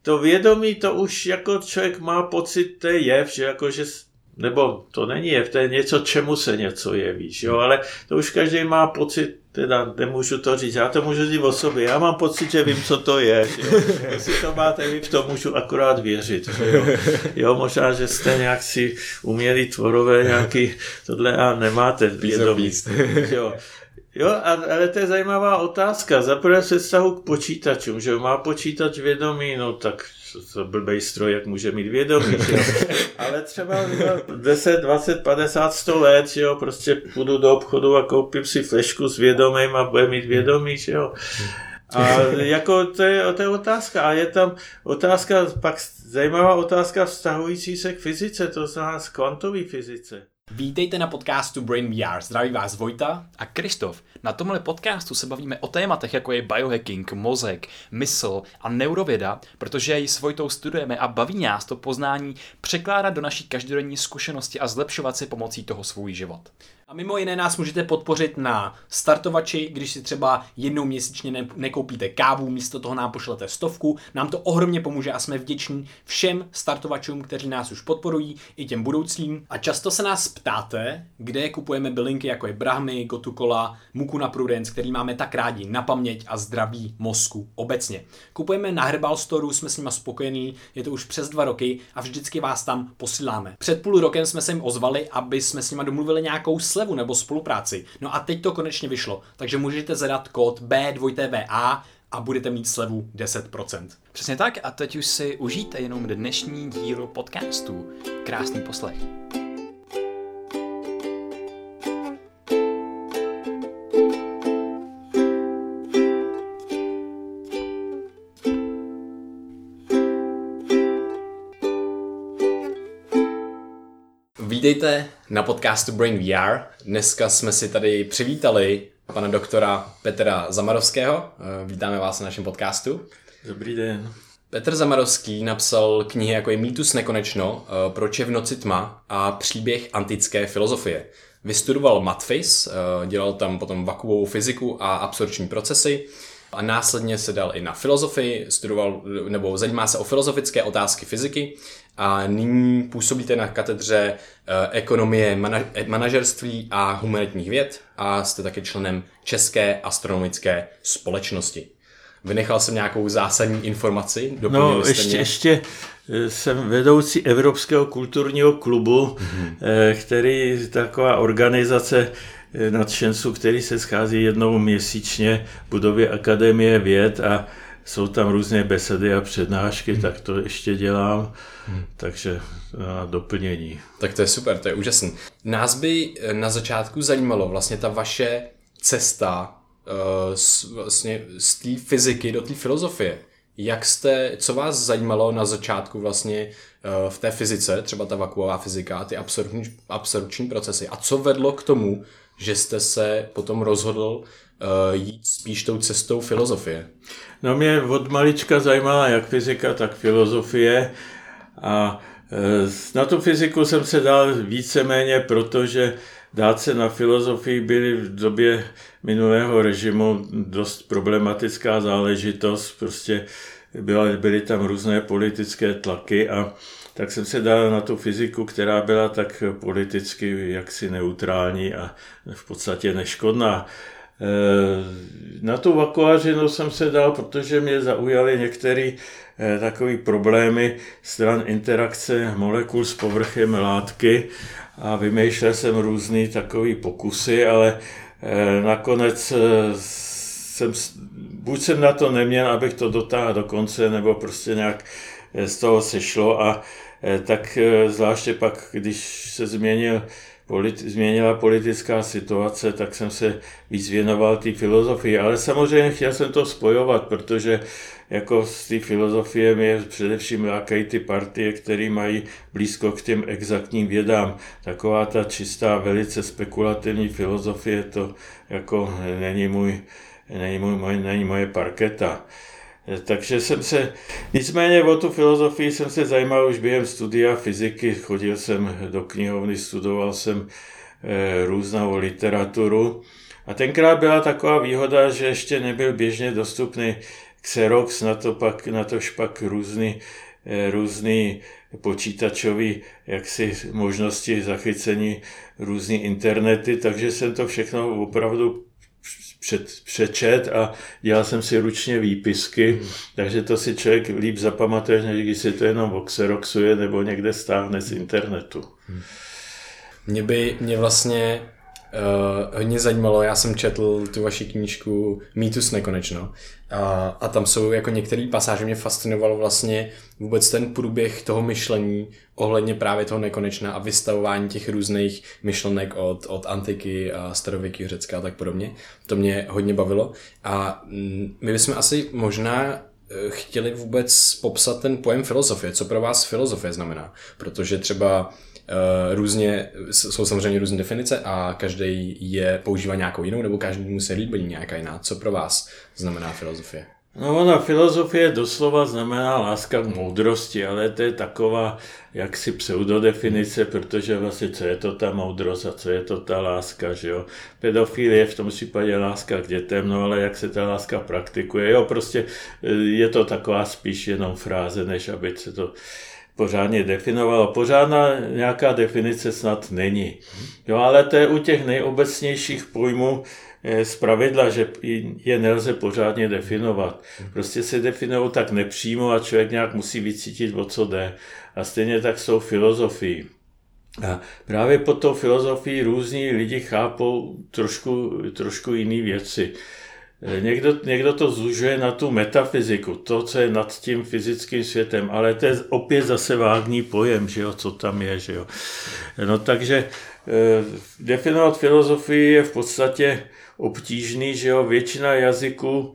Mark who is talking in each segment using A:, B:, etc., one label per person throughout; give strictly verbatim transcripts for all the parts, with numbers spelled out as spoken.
A: to vědomí, to už jako člověk má pocit, to je jev, že jako, že nebo to není jev, to je něco, čemu se něco jeví, jo, ale to už každý má pocit, teda nemůžu to říct, já to můžu říct o sobě, já mám pocit, že vím, co to je, jo. Jestli to máte vy, v to můžu akorát věřit, jo. Jo, možná, že jste nějak si uměli tvorové nějaký, tohle a nemáte vědomí, jo. Jo, ale to je zajímavá otázka. Zaprvé se vztahu k počítačům, že má počítač vědomí, no tak to blbej stroj, jak může mít vědomí, že jo. Ale třeba deset, dvacet, padesát, sto let, že jo, prostě půjdu do obchodu a koupím si flešku s vědomím a bude mít vědomí, že jo. A jako to je, to je otázka. A je tam otázka, pak zajímavá otázka vztahující se k fyzice, to znamená k kvantové fyzice.
B: Vítejte na podcastu Brain V R. Zdraví vás Vojta a Krištof. Na tomhle podcastu se bavíme o tématech, jako je biohacking, mozek, mysl a neurověda, protože ji s Vojtou studujeme a baví nás to poznání překládat do naší každodenní zkušenosti a zlepšovat si pomocí toho svůj život. A mimo jiné nás můžete podpořit na startovači, když si třeba jednou měsíčně ne- nekoupíte kávu, místo toho nám pošlete stovku. Nám to ohromně pomůže a jsme vděční všem startovačům, kteří nás už podporují, i těm budoucím. A často se nás ptáte, kde kupujeme bylinky, jako je brahmy, gotukola, muku na prudence, který máme tak rádi na paměť a zdraví mozku obecně. Kupujeme na Herbal Storeu, jsme s nima spokojení, je to už přes dva roky a vždycky vás tam posíláme. Před půl rokem jsme se jim ozvali, aby jsme s nima domluvili nějakou slevu nebo spolupráci. No a teď to konečně vyšlo, takže můžete zadat kód B dva V A a budete mít slevu deset procent.
C: Přesně tak a teď už si užijte jenom dnešní díl podcastu. Krásný poslech.
B: Vítejte na podcastu Brain V R. Dneska jsme si tady přivítali pana doktora Petra Zamarovského. Vítáme vás na našem podcastu.
A: Dobrý den.
B: Petr Zamarovský napsal knihy jako je Mýtus nekonečno, Proč je v noci tma a Příběh antické filozofie. Vystudoval matfys, dělal tam potom vakuovou fyziku a absorpční procesy a následně se dal i na filozofii, studoval nebo zajímá se o filozofické otázky fyziky a nyní působíte na katedře ekonomie, manažerství a humanitních věd a jste také členem České astronomické společnosti. Vynechal jsem nějakou zásadní informaci?
A: Doplnili no, ještě, ještě jsem vedoucí Evropského kulturního klubu, mm-hmm. který je taková organizace nadšenců, který se schází jednou měsíčně v budově Akademie věd a jsou tam různé besedy a přednášky, hmm. tak to ještě dělám, hmm. takže na doplnění.
B: Tak to je super, to je úžasný. Nás by na začátku zajímalo vlastně ta vaše cesta uh, z, vlastně z té fyziky do té filozofie. Jak jste, co vás zajímalo na začátku vlastně uh, v té fyzice, třeba ta vakuová fyzika, ty absorpční, absorpční procesy a co vedlo k tomu, že jste se potom rozhodl uh, jít spíš tou cestou filozofie?
A: No mě od malička zajímala jak fyzika, tak filozofie a uh, na tu fyziku jsem se dal víceméně, protože dát se na filozofii byly v době minulého režimu dost problematická záležitost, prostě byla, byly tam různé politické tlaky a tak jsem se dal na tu fyziku, která byla tak politicky jaksi neutrální a v podstatě neškodná. Na tu vakuařinu jsem se dal, protože mě zaujaly některé takové problémy stran interakce molekul s povrchem látky a vymýšlel jsem různý takové pokusy, ale nakonec jsem, buď jsem na to neměl, abych to dotáhl do konce, nebo prostě nějak z toho sešlo a tak zvláště pak, když se změnil, politi- změnila politická situace, tak jsem se víc věnoval té filozofii, ale samozřejmě chtěl jsem to spojovat, protože jako z té filozofie mě především lákají ty partie, které mají blízko k těm exaktním vědám. Taková ta čistá, velice spekulativní filozofie, to jako není můj, není můj, není moje parketa. Takže jsem se, nicméně o tu filozofii jsem se zajímal už během studia fyziky, chodil jsem do knihovny, studoval jsem e, různou literaturu a tenkrát byla taková výhoda, že ještě nebyl běžně dostupný Xerox, na to pak, na tož pak různý, různý počítačový jaksi možnosti zachycení, různý internety, takže jsem to všechno opravdu před, přečet a dělal jsem si ručně výpisky, hmm. takže to si člověk líp zapamatuje, než když si to jenom oxeroxuje nebo někde stáhne z internetu. Hmm.
D: Mě by, mě vlastně uh, hodně zajímalo, já jsem četl tu vaši knížku Mýtus nekonečno a, a tam jsou jako některé pasáže, mě fascinovalo vlastně vůbec ten průběh toho myšlení ohledně právě toho nekonečna a vystavování těch různých myšlenek od, od antiky a starověkého Řecka a tak podobně. To mě hodně bavilo a my bychom asi možná chtěli vůbec popsat ten pojem filozofie. Co pro vás filozofie znamená? Protože třeba uh, různě, jsou samozřejmě různé definice a každý je používá nějakou jinou, nebo každý musí líbit nějaká jiná. Co pro vás znamená filozofie?
A: No ona filozofie doslova znamená láska k moudrosti, ale to je taková jaksi pseudodefinice, protože vlastně co je to ta moudrost a co je to ta láska, že jo. Pedofilie je v tom případě láska k dětem, no ale jak se ta láska praktikuje, jo, prostě je to taková spíš jenom fráze, než aby se to pořádně definovalo. Pořádná nějaká definice snad není, jo, ale to je u těch nejobecnějších pojmů zpravidla, že je nelze pořádně definovat. Prostě se definují tak nepřímo a člověk nějak musí vycítit, o co jde. A stejně tak s tou filozofií. A právě pod tou filozofií různí lidi chápou trošku, trošku jiné věci. Někdo, někdo to zužuje na tu metafyziku, to, co je nad tím fyzickým světem, ale to je opět zase vágní pojem, že jo, co tam je, že jo. No takže eh, definovat filozofii je v podstatě obtížný, že jo, většina jazyků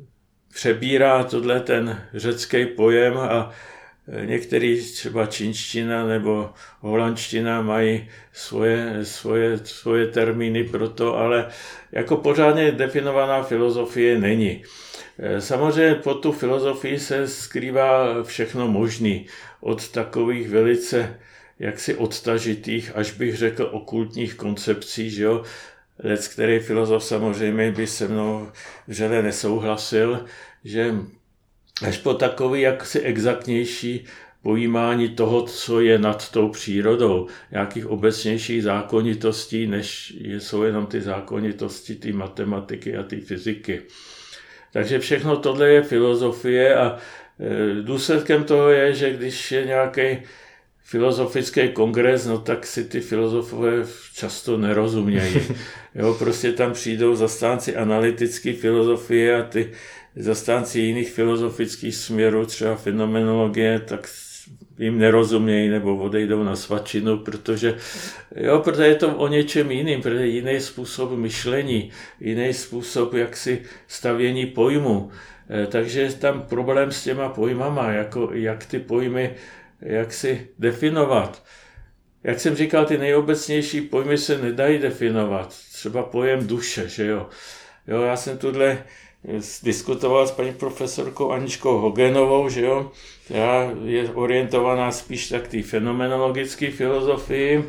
A: přebírá tohle ten řecký pojem a některý třeba čínština nebo holandština mají svoje, svoje, svoje termíny pro to, ale jako pořádně definovaná filozofie není. Samozřejmě pod tu filozofii se skrývá všechno možný, od takových velice jaksi odtažitých, až bych řekl okultních koncepcí, že jo. Lec, který filozof samozřejmě by se mnou vřele nesouhlasil, že až po takový jaksi exaktnější pojímání toho, co je nad tou přírodou, nějakých obecnějších zákonitostí, než jsou jenom ty zákonitosti, ty matematiky a ty fyziky. Takže všechno tohle je filozofie a důsledkem toho je, že když je nějaký filozofický kongres, no tak si ty filozofové často nerozumějí. Jo, prostě tam přijdou zastánci analytické filozofie a ty zastánci jiných filozofických směrů, třeba fenomenologie, tak jim nerozumějí nebo odejdou na svačinu, protože, jo, protože je to o něčem jiným, protože jiný způsob myšlení, jiný způsob jaksi stavění pojmu. Takže je tam problém s těma pojmama, jako, jak ty pojmy jak si definovat. Jak jsem říkal, ty nejobecnější pojmy se nedají definovat. Třeba pojem duše, že jo. Jo, já jsem tuhle diskutoval s paní profesorkou Aničkou Hogenovou, že jo. Já je orientovaná spíš tak té fenomenologické filozofii.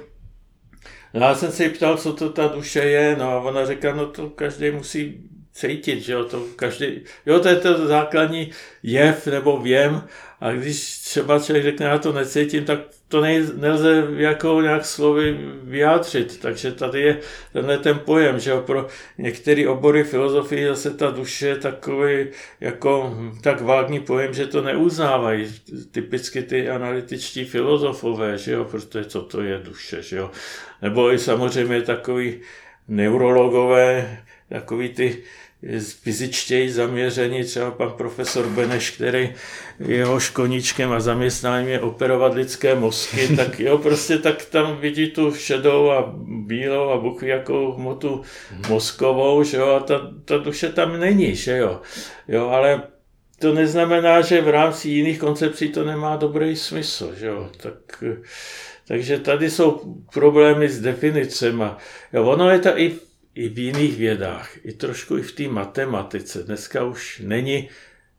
A: No já jsem se jí ptal, co to ta duše je, no a ona říká, no to každý musí cítit, že jo, to každý, jo, to je to základní jev nebo věm a když třeba člověk řekne, já to necítím, tak to nej, nelze jako nějak slovy vyjádřit, takže tady je tenhle ten pojem, že jo, pro některé obory filozofie zase ta duše je takový jako tak vágní pojem, že to neuznávají, typicky ty analytičtí filozofové, že jo, protože co to je duše, že jo, nebo i samozřejmě takový neurologové, takový ty fyzičtěji zaměření, třeba pan profesor Beneš, který jeho koníčkem a zaměstnáním je operovat lidské mozky, tak jo, prostě tak tam vidí tu šedou a bílou a bůh jakou hmotu mozkovou, že jo, a ta, ta duše tam není, že jo, jo, ale to neznamená, že v rámci jiných koncepcí to nemá dobrý smysl, že jo, tak, takže tady jsou problémy s definicema, jo, ono je to i i v jiných vědách, i trošku i v té matematice. Dneska už není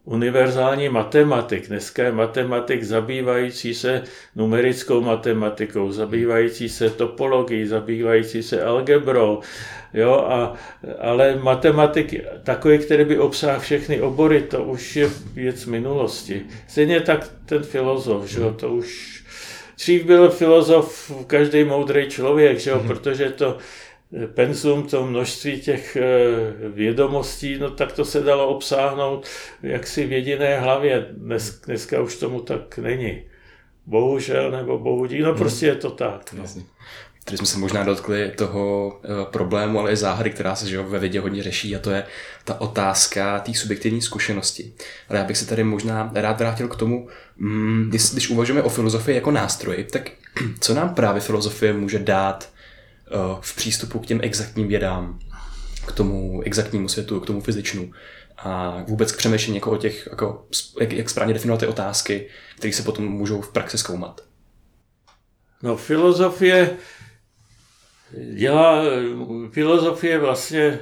A: univerzální matematik. Dneska je matematik zabývající se numerickou matematikou, zabývající se topologií, zabývající se algebrou. Jo, a, ale matematik takový, který by obsáhl všechny obory, to už je věc minulosti. Stejně tak ten filozof, že jo, to už... Dřív byl filozof každý moudrý člověk, že jo, mm. protože to penzum, to množství těch vědomostí, no tak to se dalo obsáhnout jaksi v jediné hlavě. Dnes, dneska už tomu tak není. Bohužel, nebo bohudík, no prostě je to tak. No.
C: Tady jsme se možná dotkli toho uh, problému, ale i záhady, která se že jo, ve vědě hodně řeší, a to je ta otázka té subjektivní zkušenosti. Ale já bych se tady možná rád vrátil k tomu, mm, když, když uvažujeme o filozofii jako nástroji, tak co nám právě filozofie může dát uh, v přístupu k těm exaktním vědám, k tomu exaktnímu světu, k tomu fyzičnu a vůbec k přemýšlení jako o těch, jako, jak, jak správně definovat ty otázky, které se potom můžou v praxi zkoumat.
A: No, filozofie dělá, filozofie vlastně e,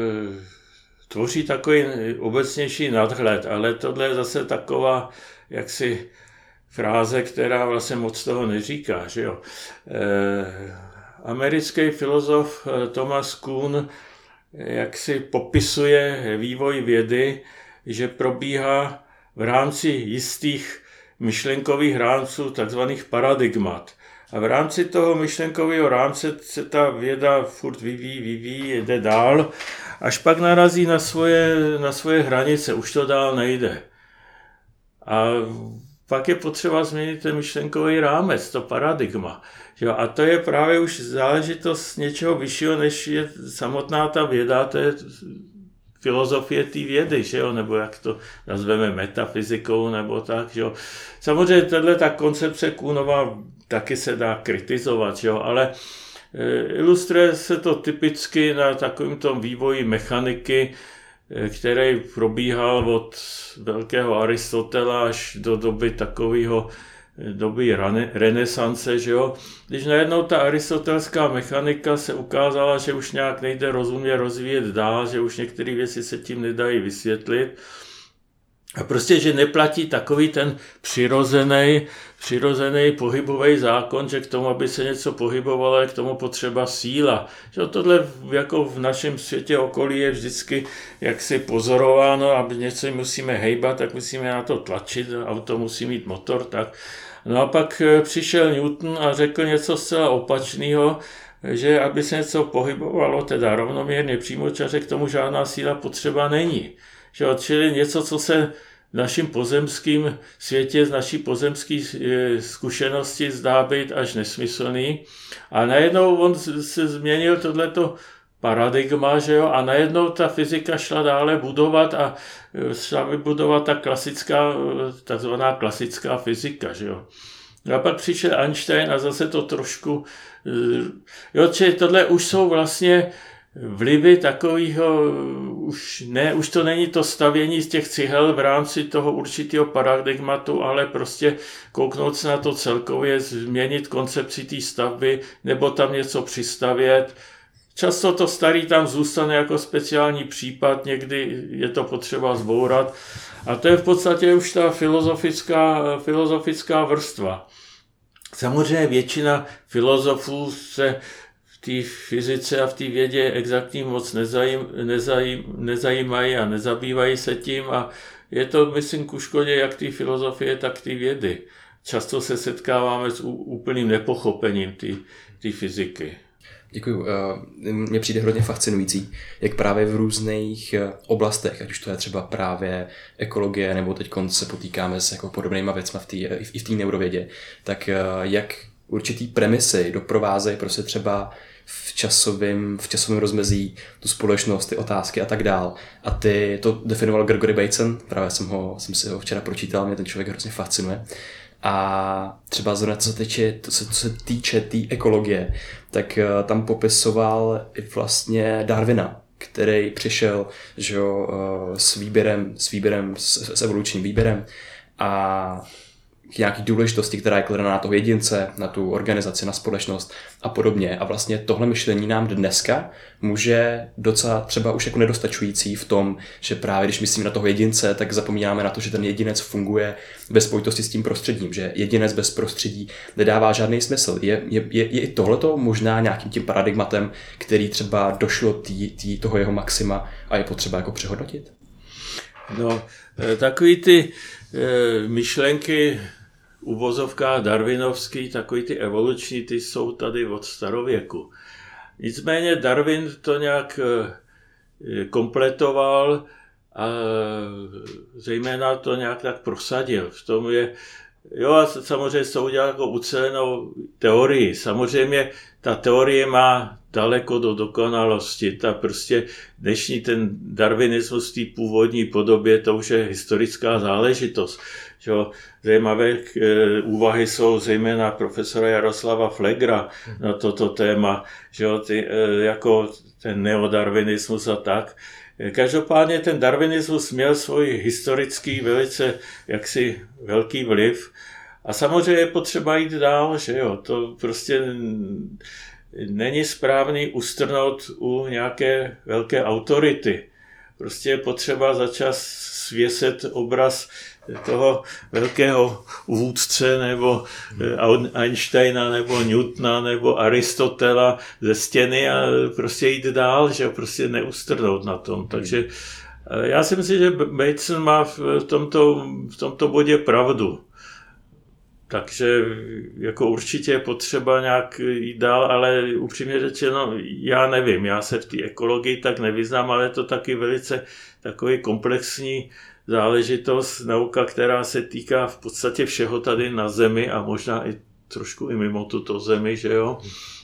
A: tvoří takový obecnější nadhled, ale tohle je zase taková jaksi fráze, která vlastně moc toho neříká, že jo. E, americký filozof Thomas Kuhn jaksi popisuje vývoj vědy, že probíhá v rámci jistých myšlenkových rámců, takzvaných paradigmat. A v rámci toho myšlenkového rámce se ta věda furt vyvíjí, vyvíjí, jde dál, až pak narazí na svoje, na svoje hranice, už to dál nejde. A pak je potřeba změnit ten myšlenkový rámec, to paradigma. A to je právě už záležitost něčeho vyššího, než je samotná ta věda, to je filozofie té vědy, že jo? Nebo jak to nazveme metafyzikou, nebo tak. Že jo? Samozřejmě tato ta koncepce Kuhnova taky se dá kritizovat, že jo? Ale ilustruje se to typicky na takovém tom vývoji mechaniky, který probíhal od velkého Aristotela až do doby takového doby renesance, že jo. Když najednou ta aristotelská mechanika se ukázala, že už nějak nejde rozumně rozvíjet dál, že už některé věci se tím nedají vysvětlit. A prostě, že neplatí takový ten přirozený, přirozený pohybový zákon, že k tomu, aby se něco pohybovalo, je k tomu potřeba síla. Že tohle jako v našem světě okolí je vždycky jaksi pozorováno, aby něco musíme hejbat, tak musíme na to tlačit, auto musí mít motor, tak. No a pak přišel Newton a řekl něco zcela opačného, že aby se něco pohybovalo, teda rovnoměrně přímočaře, k tomu žádná síla potřeba není. Že, čili něco, co se v našem pozemském světě, z naší pozemské zkušenosti zdá být až nesmyslný. A najednou on se změnil tohleto paradigma, že jo, a najednou ta fyzika šla dále budovat a šla vybudovat ta klasická, takzvaná klasická fyzika, že jo. A pak přišel Einstein a zase to trošku, jo, čili tohle už jsou vlastně vlivy takového, už ne, už to není to stavění z těch cihel v rámci toho určitého paradigmatu, ale prostě kouknout se na to celkově, změnit koncepci té stavby, nebo tam něco přistavět. Často to starý tam zůstane jako speciální případ, někdy je to potřeba zbourat. A to je v podstatě už ta filozofická, filozofická vrstva. Samozřejmě většina filozofů se v té fyzice a v té vědě exaktní moc nezajím, nezajím, nezajímají a nezabývají se tím a je to, myslím, ku škodě jak té filozofie, tak té vědy. Často se setkáváme s úplným nepochopením té fyziky.
C: Děkuju. Mně přijde hodně fascinující, jak právě v různých oblastech, ať už to je třeba právě ekologie, nebo teď se potýkáme s jako podobnýma věcma v té, i v té neurovědě, tak jak určitý premisy doprovázejí prostě třeba v časovém, v časovém rozmezí tu společnost, ty otázky a tak dál. A ty to definoval Gregory Bateson, právě jsem, ho, jsem si ho včera pročítal, mě ten člověk hrozně fascinuje. A třeba zrovna co se týče, to se, co se týče té tý ekologie, tak uh, tam popisoval i vlastně Darwina, který přišel že jo, uh, s výběrem, s výběrem, s, s evolučním výběrem a k nějaký důležitosti, která je kladena na toho jedince, na tu organizaci, na společnost a podobně. A vlastně tohle myšlení nám dneska může docela třeba už jako nedostačující v tom, že právě když myslíme na toho jedince, tak zapomínáme na to, že ten jedinec funguje ve spojitosti s tím prostředím, že jedinec bez prostředí nedává žádný smysl. Je, je, je, je i tohleto možná nějakým tím paradigmatem, který třeba došlo tý, tý, toho jeho maxima a je potřeba jako přehodnotit?
A: No, takový ty e, myšlenky uvozovká darwinovský, takový ty evoluční, ty jsou tady od starověku. Nicméně Darwin to nějak e, kompletoval a zejména to nějak tak prosadil. V tom je, jo, a samozřejmě se udělal jako ucelenou teorii. Samozřejmě ta teorie má daleko do dokonalosti. Ta prostě dnešní ten darwinismus v té původní podobě, to už je historická záležitost. Že zajímavé e, úvahy jsou zejména profesora Jaroslava Flegra na toto téma, že ty, e, jako ten neodarwinismus a tak. Každopádně ten darwinismus měl svůj historický velice jaksi velký vliv a samozřejmě je potřeba jít dál, že jo, to prostě není správný ustrnout u nějaké velké autority. Prostě je potřeba začas svěset obraz toho velkého vůdce nebo Einsteina nebo Newtona nebo Aristotela ze stěny a prostě jít dál, že prostě neustrnout na tom. Takže já si myslím, že Bateson má v tomto, v tomto bodě pravdu. Takže jako určitě je potřeba nějak jít dál, ale upřímně řečeno, já nevím, já se v té ekologii tak nevyznám, ale je to taky velice takový komplexní záležitost, nauka, která se týká v podstatě všeho tady na Zemi a možná i trošku i mimo tuto Zemi, že jo.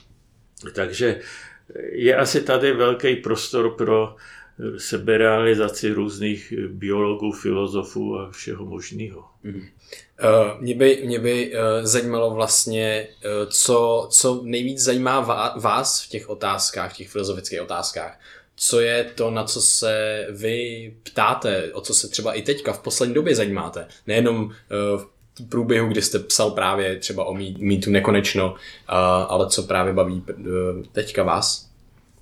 A: Takže je asi tady velký prostor pro seberealizaci různých biologů, filozofů a všeho možného.
D: Mm. Uh, mě by, mě by uh, zajímalo vlastně, uh, co, co nejvíc zajímá vás v těch otázkách, v těch filozofických otázkách. Co je to, na co se vy ptáte, o co se třeba i teďka v poslední době zajímáte. Nejenom uh, v průběhu, kdy jste psal právě třeba o mýtu nekonečno, uh, ale co právě baví uh, teďka vás?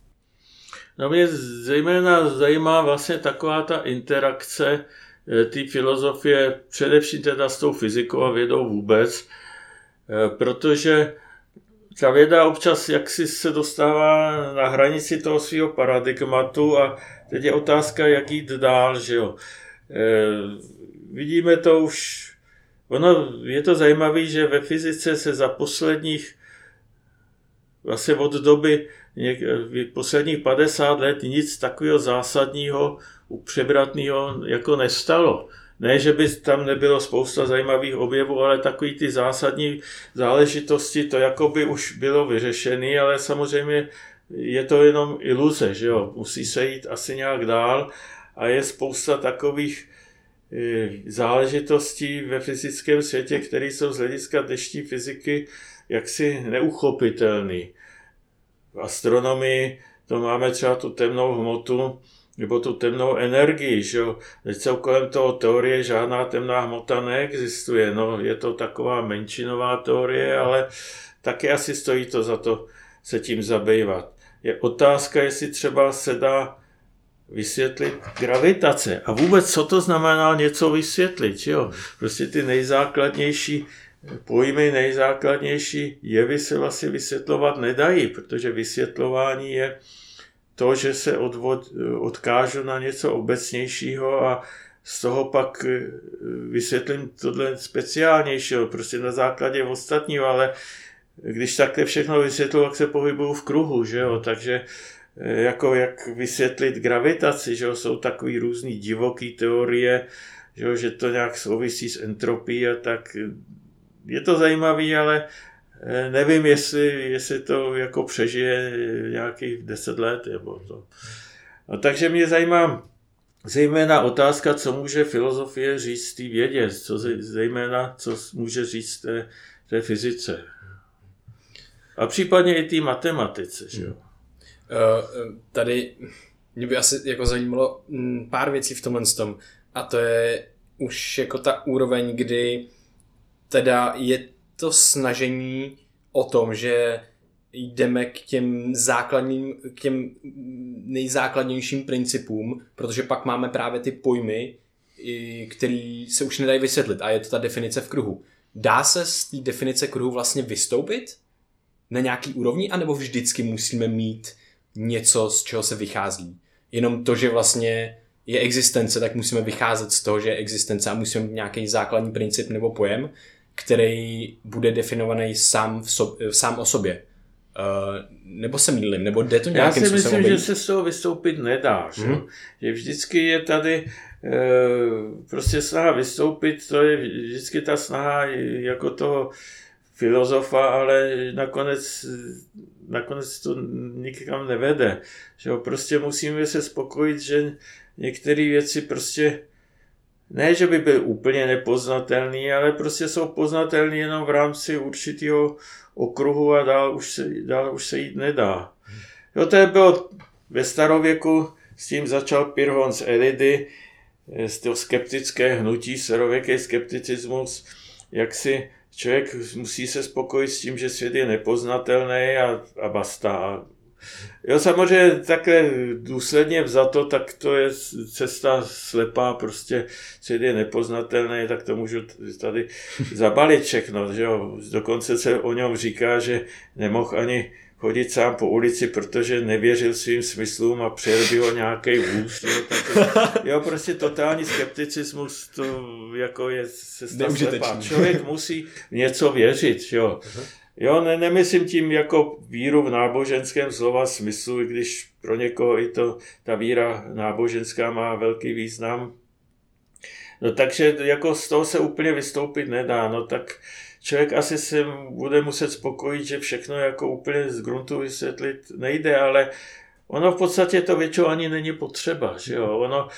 A: No mě zejména zajímá vlastně taková ta interakce té filozofie, především teda s tou fyzikou a vědou vůbec, protože ta věda občas jaksi se dostává na hranici toho svého paradigmatu a teď je otázka, jak jít dál, že jo. E, vidíme to už, ono je to zajímavé, že ve fyzice se za posledních, vlastně od doby něk, posledních padesát let nic takového zásadního, převratného jako nestalo. Ne, že by tam nebylo spousta zajímavých objevů, ale takový ty zásadní záležitosti, to jako by už bylo vyřešené, ale samozřejmě je to jenom iluze, že jo, musí se jít asi nějak dál a je spousta takových záležitostí ve fyzickém světě, které jsou z hlediska dnešní fyziky jaksi neuchopitelné. V astronomii to máme třeba tu temnou hmotu, nebo tu temnou energii, že jo. Teď se kolem toho teorie žádná temná hmota neexistuje, no je to taková menšinová teorie, ale taky asi stojí to za to se tím zabývat. Je otázka, jestli třeba se dá vysvětlit gravitace a vůbec co to znamená něco vysvětlit, že jo. Prostě ty nejzákladnější pojmy, nejzákladnější jevy se vlastně vysvětlovat nedají, protože vysvětlování je to, že se odvod, odkážu na něco obecnějšího a z toho pak vysvětlím tohle speciálnějšího, prostě na základě ostatního, ale když takhle všechno vysvětlu, tak se pohybuju v kruhu, že jo, takže jako jak vysvětlit gravitaci, že jo, jsou takový různý divoký teorie, že jo, že to nějak souvisí s entropií a tak, je to zajímavý, ale nevím, jestli, jestli to jako přežije nějakých deset let. Nebo to. No, takže mě zajímá zejména otázka, co může filozofie říct té vědě, co zejména co může říct té, té fyzice. A případně i té matematice. Že jo?
D: Uh, tady mě by asi jako zajímalo pár věcí v tomhle tom, a to je už jako ta úroveň, kdy teda je to snažení o tom, že jdeme k těm základním, k těm nejzákladnějším principům, protože pak máme právě ty pojmy, které se už nedají vysvětlit a je to ta definice v kruhu. Dá se z té definice kruhu vlastně vystoupit na nějaký úrovni, anebo vždycky musíme mít něco, z čeho se vychází? Jenom to, že vlastně je existence, tak musíme vycházet z toho, že je existence a musíme mít nějaký základní princip nebo pojem, který bude definovaný sám, v so, sám o sobě. Uh, nebo se mýlím, nebo jde to nějakým způsobem?
A: Já si myslím, že se z toho vystoupit nedá. Že, mm. že vždycky je tady e, prostě snaha vystoupit, to je vždycky ta snaha jako toho filozofa, ale nakonec, nakonec to nikam nevede. Že prostě musíme se spokojit, že některé věci prostě ne, že by byly úplně nepoznatelné, ale prostě jsou poznatelné jenom v rámci určitého okruhu a dál už se, dál už se jít nedá. Jo, to bylo ve starověku, s tím začal Pirhon z Elidy, z toho skeptické hnutí, starověký skepticismus, jak si člověk musí se spokojit s tím, že svět je nepoznatelný a, a basta. Jo, samozřejmě takhle důsledně vzato, tak to je cesta slepá, prostě svět je nepoznatelný, tak to můžu tady zabalit všechno, že jo. Dokonce se o něm říká, že nemohl ani chodit sám po ulici, protože nevěřil svým smyslům a přijel by ho nějaký vůz. Jo, tak, jo, prostě totální skepticismus, to jako je cesta slepá. Člověk musí v něco věřit, jo. Jo, ne, nemyslím tím jako víru v náboženském slova smyslu, i když pro někoho i to, ta víra náboženská má velký význam. No takže jako z toho se úplně vystoupit nedá, no tak člověk asi se bude muset spokojit, že všechno jako úplně z gruntu vysvětlit nejde, ale ono v podstatě to většinou ani není potřeba, že jo, ono,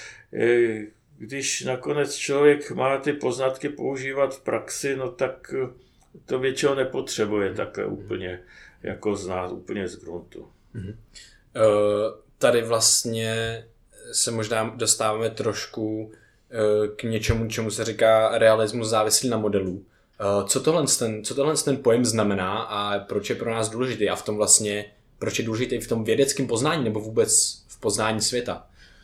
A: když nakonec člověk má ty poznatky používat v praxi, no tak to většinou nepotřebuje takhle úplně jako znát úplně z gruntu.
D: Mm-hmm. Tady vlastně se možná dostáváme trošku k něčemu, čemu se říká realismus závislý na modelu. Co tohle ten, co tohle ten pojem znamená a proč je pro nás důležitý a v tom vlastně, proč je důležitý v tom vědeckém poznání nebo vůbec v poznání světa?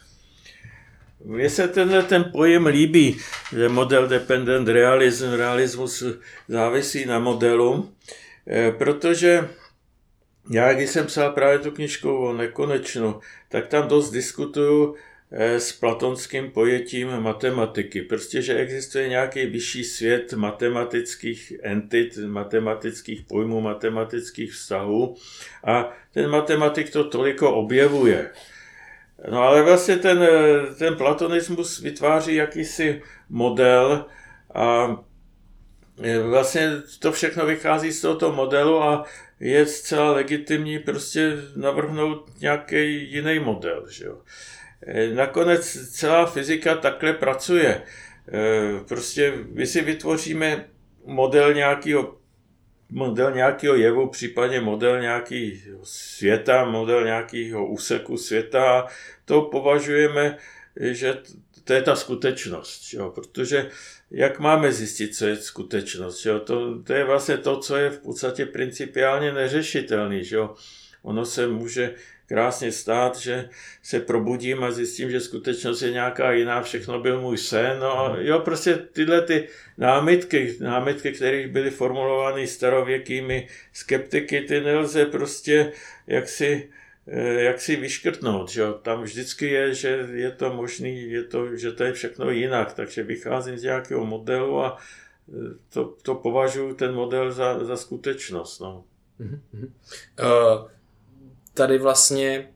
A: Mně se tenhle ten pojem líbí, že model dependent realism, realismus závisí na modelu, protože já, když jsem psal právě tu knižku o nekonečnu, tak tam dost diskutuju s platonským pojetím matematiky. Prostě, že existuje nějaký vyšší svět matematických entit, matematických pojmů, matematických vztahů a ten matematik to toliko objevuje. No ale vlastně ten, ten platonismus vytváří jakýsi model a vlastně to všechno vychází z tohoto modelu a je zcela legitimní prostě navrhnout nějaký jiný model. Že jo. Nakonec celá fyzika takhle pracuje. Prostě my si vytvoříme model nějakého model nějakého jevu, případně model nějakého světa, model nějakého úseku světa. To považujeme, že to je ta skutečnost, jo? Protože jak máme zjistit, co je skutečnost? Jo? To, to je vlastně to, co je v podstatě principiálně neřešitelný. Jo? Ono se může krásně stát, že se probudím a zjistím, že skutečnost je nějaká jiná, všechno byl můj sen. No a jo, prostě tyhle ty námitky, námitky, které byly formulovány starověkými skeptiky, ty nelze prostě jaksi, jaksi vyškrtnout. Že? Tam vždycky je, že je to možný, je to, že to je všechno jinak, takže vycházím z nějakého modelu a to, to považuji ten model za, za skutečnost. No.
D: Uh-huh. Uh... Tady vlastně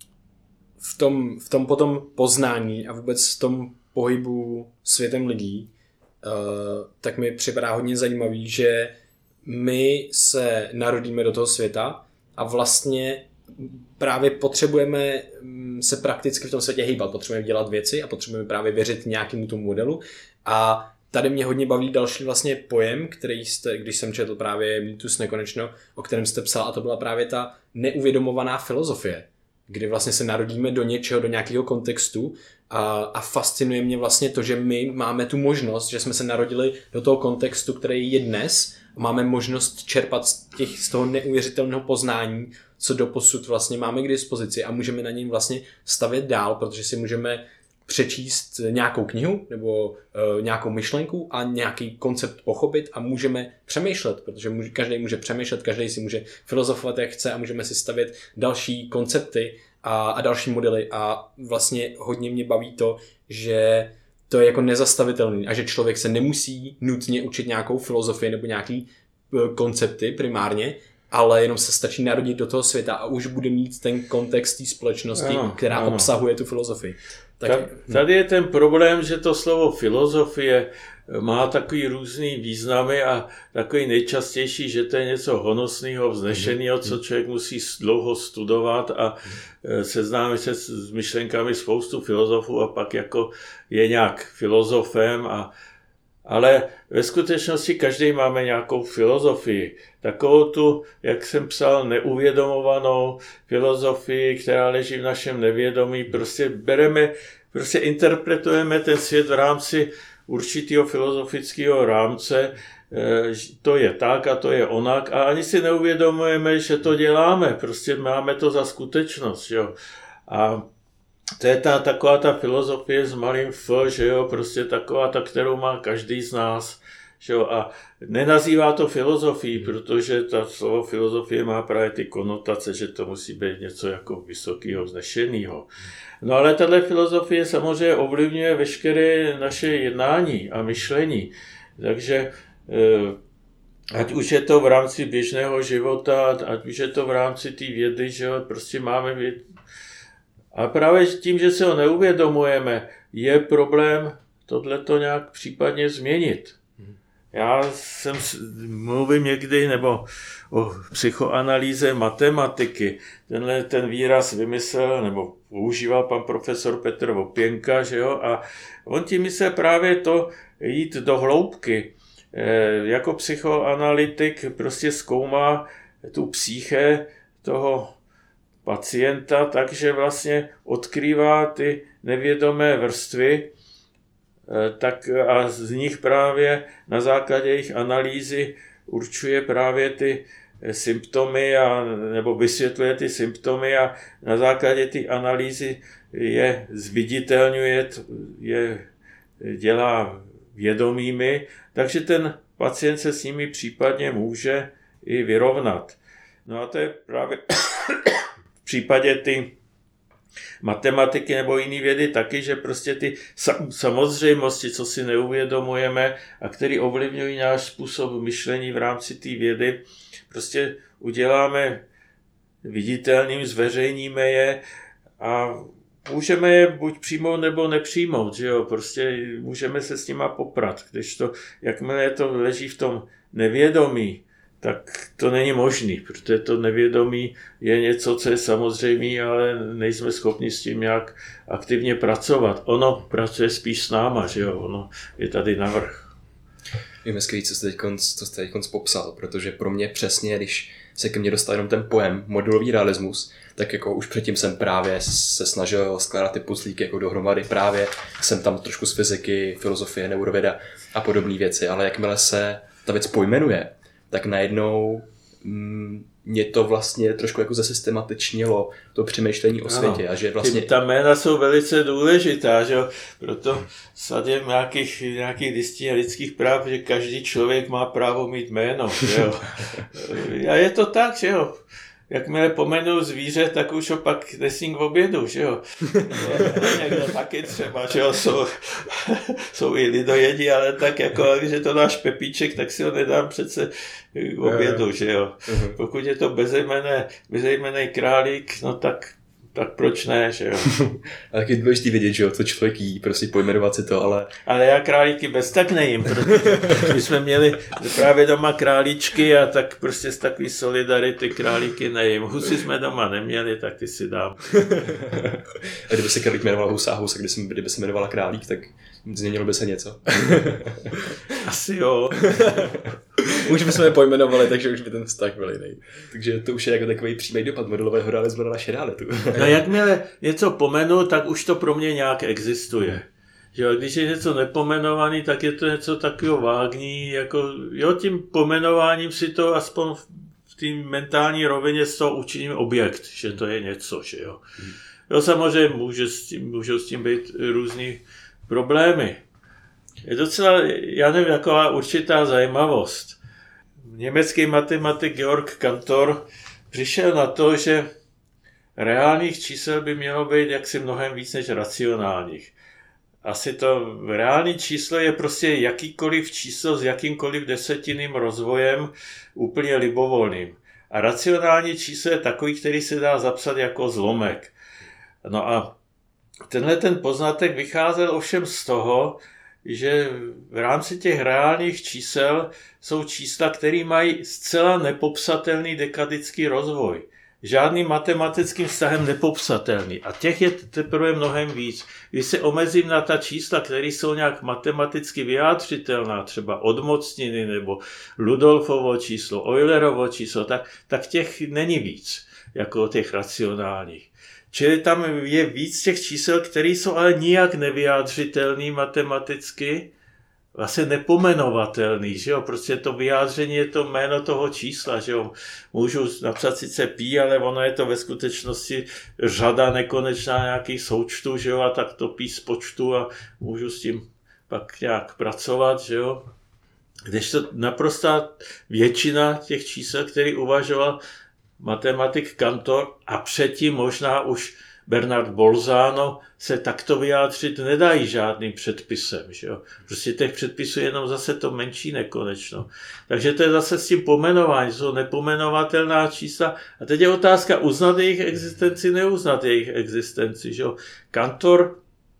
D: v tom, v tom potom poznání a vůbec v tom pohybu světem lidí, uh, tak mi připadá hodně zajímavý, že my se narodíme do toho světa a vlastně právě potřebujeme se prakticky v tom světě hýbat, potřebujeme dělat věci a potřebujeme právě věřit nějakému tomu modelu a tady mě hodně baví další vlastně pojem, který jste, když jsem četl právě Mýtus nekonečno, o kterém jste psal, a to byla právě ta neuvědomovaná filozofie, kdy vlastně se narodíme do něčeho, do nějakého kontextu a, a fascinuje mě vlastně to, že my máme tu možnost, že jsme se narodili do toho kontextu, který je dnes, a máme možnost čerpat z, těch, z toho neuvěřitelného poznání, co doposud vlastně máme k dispozici a můžeme na něm vlastně stavět dál, protože si můžeme přečíst nějakou knihu nebo uh, nějakou myšlenku a nějaký koncept pochopit a můžeme přemýšlet, protože může, každý může přemýšlet, každý si může filozofovat, jak chce a můžeme si stavět další koncepty a, a další modely a vlastně hodně mě baví to, že to je jako nezastavitelný a že člověk se nemusí nutně učit nějakou filozofii nebo nějaký uh, koncepty primárně, ale jenom se stačí narodit do toho světa a už bude mít ten kontext té společnosti, ano, která ano. obsahuje tu filozofii. Tak,
A: tady je ten problém, že to slovo filozofie má takový různý významy a takový nejčastější, že to je něco honosného, vznešeného, co člověk musí dlouho studovat a seznámit se s myšlenkami spoustu filozofů a pak jako je nějak filozofem a ale ve skutečnosti každý máme nějakou filozofii. Takovou tu, jak jsem psal, neuvědomovanou filozofii, která leží v našem nevědomí. Prostě bereme, prostě interpretujeme ten svět v rámci určitého filozofického rámce. To je tak a to je onak. A ani si neuvědomujeme, že to děláme. Prostě máme to za skutečnost. Jo. A to je ta, taková ta filozofie s malým f, že jo, prostě taková ta, kterou má každý z nás, že jo, a nenazývá to filozofií, protože ta slovo filozofie má právě ty konotace, že to musí být něco jako vysokého, vznešeného. No ale tahle filozofie samozřejmě ovlivňuje veškeré naše jednání a myšlení, takže ať už je to v rámci běžného života, ať už je to v rámci té vědy, že jo, prostě máme věd. A právě tím, že se ho neuvědomujeme, je problém tohleto nějak případně změnit. Já jsem mluvím někdy nebo o psychoanalýze matematiky. Tenhle ten výraz vymyslel nebo používal pan profesor Petr Opěnka, že jo? A on tím myslel právě to jít do hloubky. E, jako psychoanalytik prostě zkoumá tu psyché toho pacienta, takže vlastně odkrývá ty nevědomé vrstvy tak a z nich právě na základě jejich analýzy určuje právě ty symptomy a, nebo vysvětluje ty symptomy a na základě té analýzy je zviditelňuje, je dělá vědomými, takže ten pacient se s nimi případně může i vyrovnat. No a to je právě v případě ty matematiky nebo jiné vědy taky, že prostě ty samozřejmosti, co si neuvědomujeme a které ovlivňují náš způsob myšlení v rámci té vědy, prostě uděláme viditelným, zveřejníme je a můžeme je buď přijmout nebo nepřijmout, že jo, prostě můžeme se s nima poprat, když to, jakmile to leží v tom nevědomí, tak to není možný, protože to nevědomí je něco, co je samozřejmé, ale nejsme schopni s tím nějak aktivně pracovat. Ono pracuje spíš s náma, že jo, ono je tady navrch.
C: Je hezký, co jste teď co jste teď popsal, protože pro mě přesně, když se ke mně dostal jenom ten pojem modulový realismus, tak jako už předtím jsem právě se snažil skládat ty puzzlíky jako dohromady, právě jsem tam trošku z fyziky, filozofie, neurověda a podobné věci, ale jakmile se ta věc pojmenuje, tak najednou mm, mě to vlastně trošku jako zesystematičnilo to přemýšlení o světě. Ano, a že vlastně...
A: Ta jména jsou velice důležitá, že jo? Proto sadě nějakých, nějakých listin lidských práv, že každý člověk má právo mít jméno, že jo? A je to tak, že jo? Jakmile pomenu zvíře, tak už ho pak nesím k obědu, že jo. Někdo taky třeba, že jo, jsou, jsou i lidojedi, ale tak jako, když je to náš Pepíček, tak si ho nedám přece k obědu, že jo. Pokud je to bezejmenný, bezejmenný králík, no tak, tak proč ne, že jo.
C: A taky důležitý vědět, že jo, co člověk jí, prostě pojmenovat si to, ale...
A: Ale já králíky bez tak nejím, protože my jsme měli právě doma králíčky a tak prostě z takový solidarity králíky nejím. Husy jsme doma neměli, tak ty si dám.
C: A kdyby se králík jmenoval Husa a Husa, kdyby se jmenovala králík, tak změnilo by se něco.
A: Asi jo.
D: už bychom je pojmenovali, takže už by ten vztah byl jiný.
C: Takže to už je jako takový přímý dopad modelového realismu na naši realitu.
A: No jakmile něco pomenu, tak už to pro mě nějak existuje. Že jo, když je něco nepomenovaný, tak je to něco takového vágní, jako jo, tím pomenováním si to aspoň v té mentální rovině z toho učiním objekt, že to je něco, že jo. Jo, samozřejmě může s tím, můžou s tím být různý problémy. Je docela, já nevím, taková určitá zajímavost. Německý matematik Georg Cantor přišel na to, že reálných čísel by mělo být jaksi mnohem víc než racionálních. Asi to reální číslo je prostě jakýkoliv číslo s jakýmkoliv desetinným rozvojem úplně libovolným. A racionální číslo je takový, který se dá zapsat jako zlomek. No a tenhle ten poznatek vycházel ovšem z toho, že v rámci těch reálných čísel jsou čísla, které mají zcela nepopsatelný dekadický rozvoj. Žádným matematickým vztahem nepopsatelný. A těch je teprve mnohem víc. Když se omezím na ta čísla, které jsou nějak matematicky vyjádřitelná, třeba odmocniny nebo Ludolfovo číslo, Eulerovo číslo, tak, tak těch není víc, jako těch racionálních. Čili tam je víc těch čísel, které jsou ale nijak nevyjádřitelný matematicky, vlastně nepomenovatelný, že jo, prostě to vyjádření je to jméno toho čísla, že jo, můžu napsat sice pí, ale ono je to ve skutečnosti řada nekonečná nějakých součtů, že jo, a tak to pí z počtu a můžu s tím pak nějak pracovat, že jo. Kdežto naprostá většina těch čísel, který uvažoval matematik Cantor a předtím možná už Bernard Bolzano, se takto vyjádřit nedají žádným předpisem. Že jo? Prostě těch předpisů je jenom zase to menší nekonečno. Takže to je zase s tím pomenování, jsou nepomenovatelná čísla. A teď je otázka uznat jejich existenci, neuznat jejich existenci. Že jo? Cantor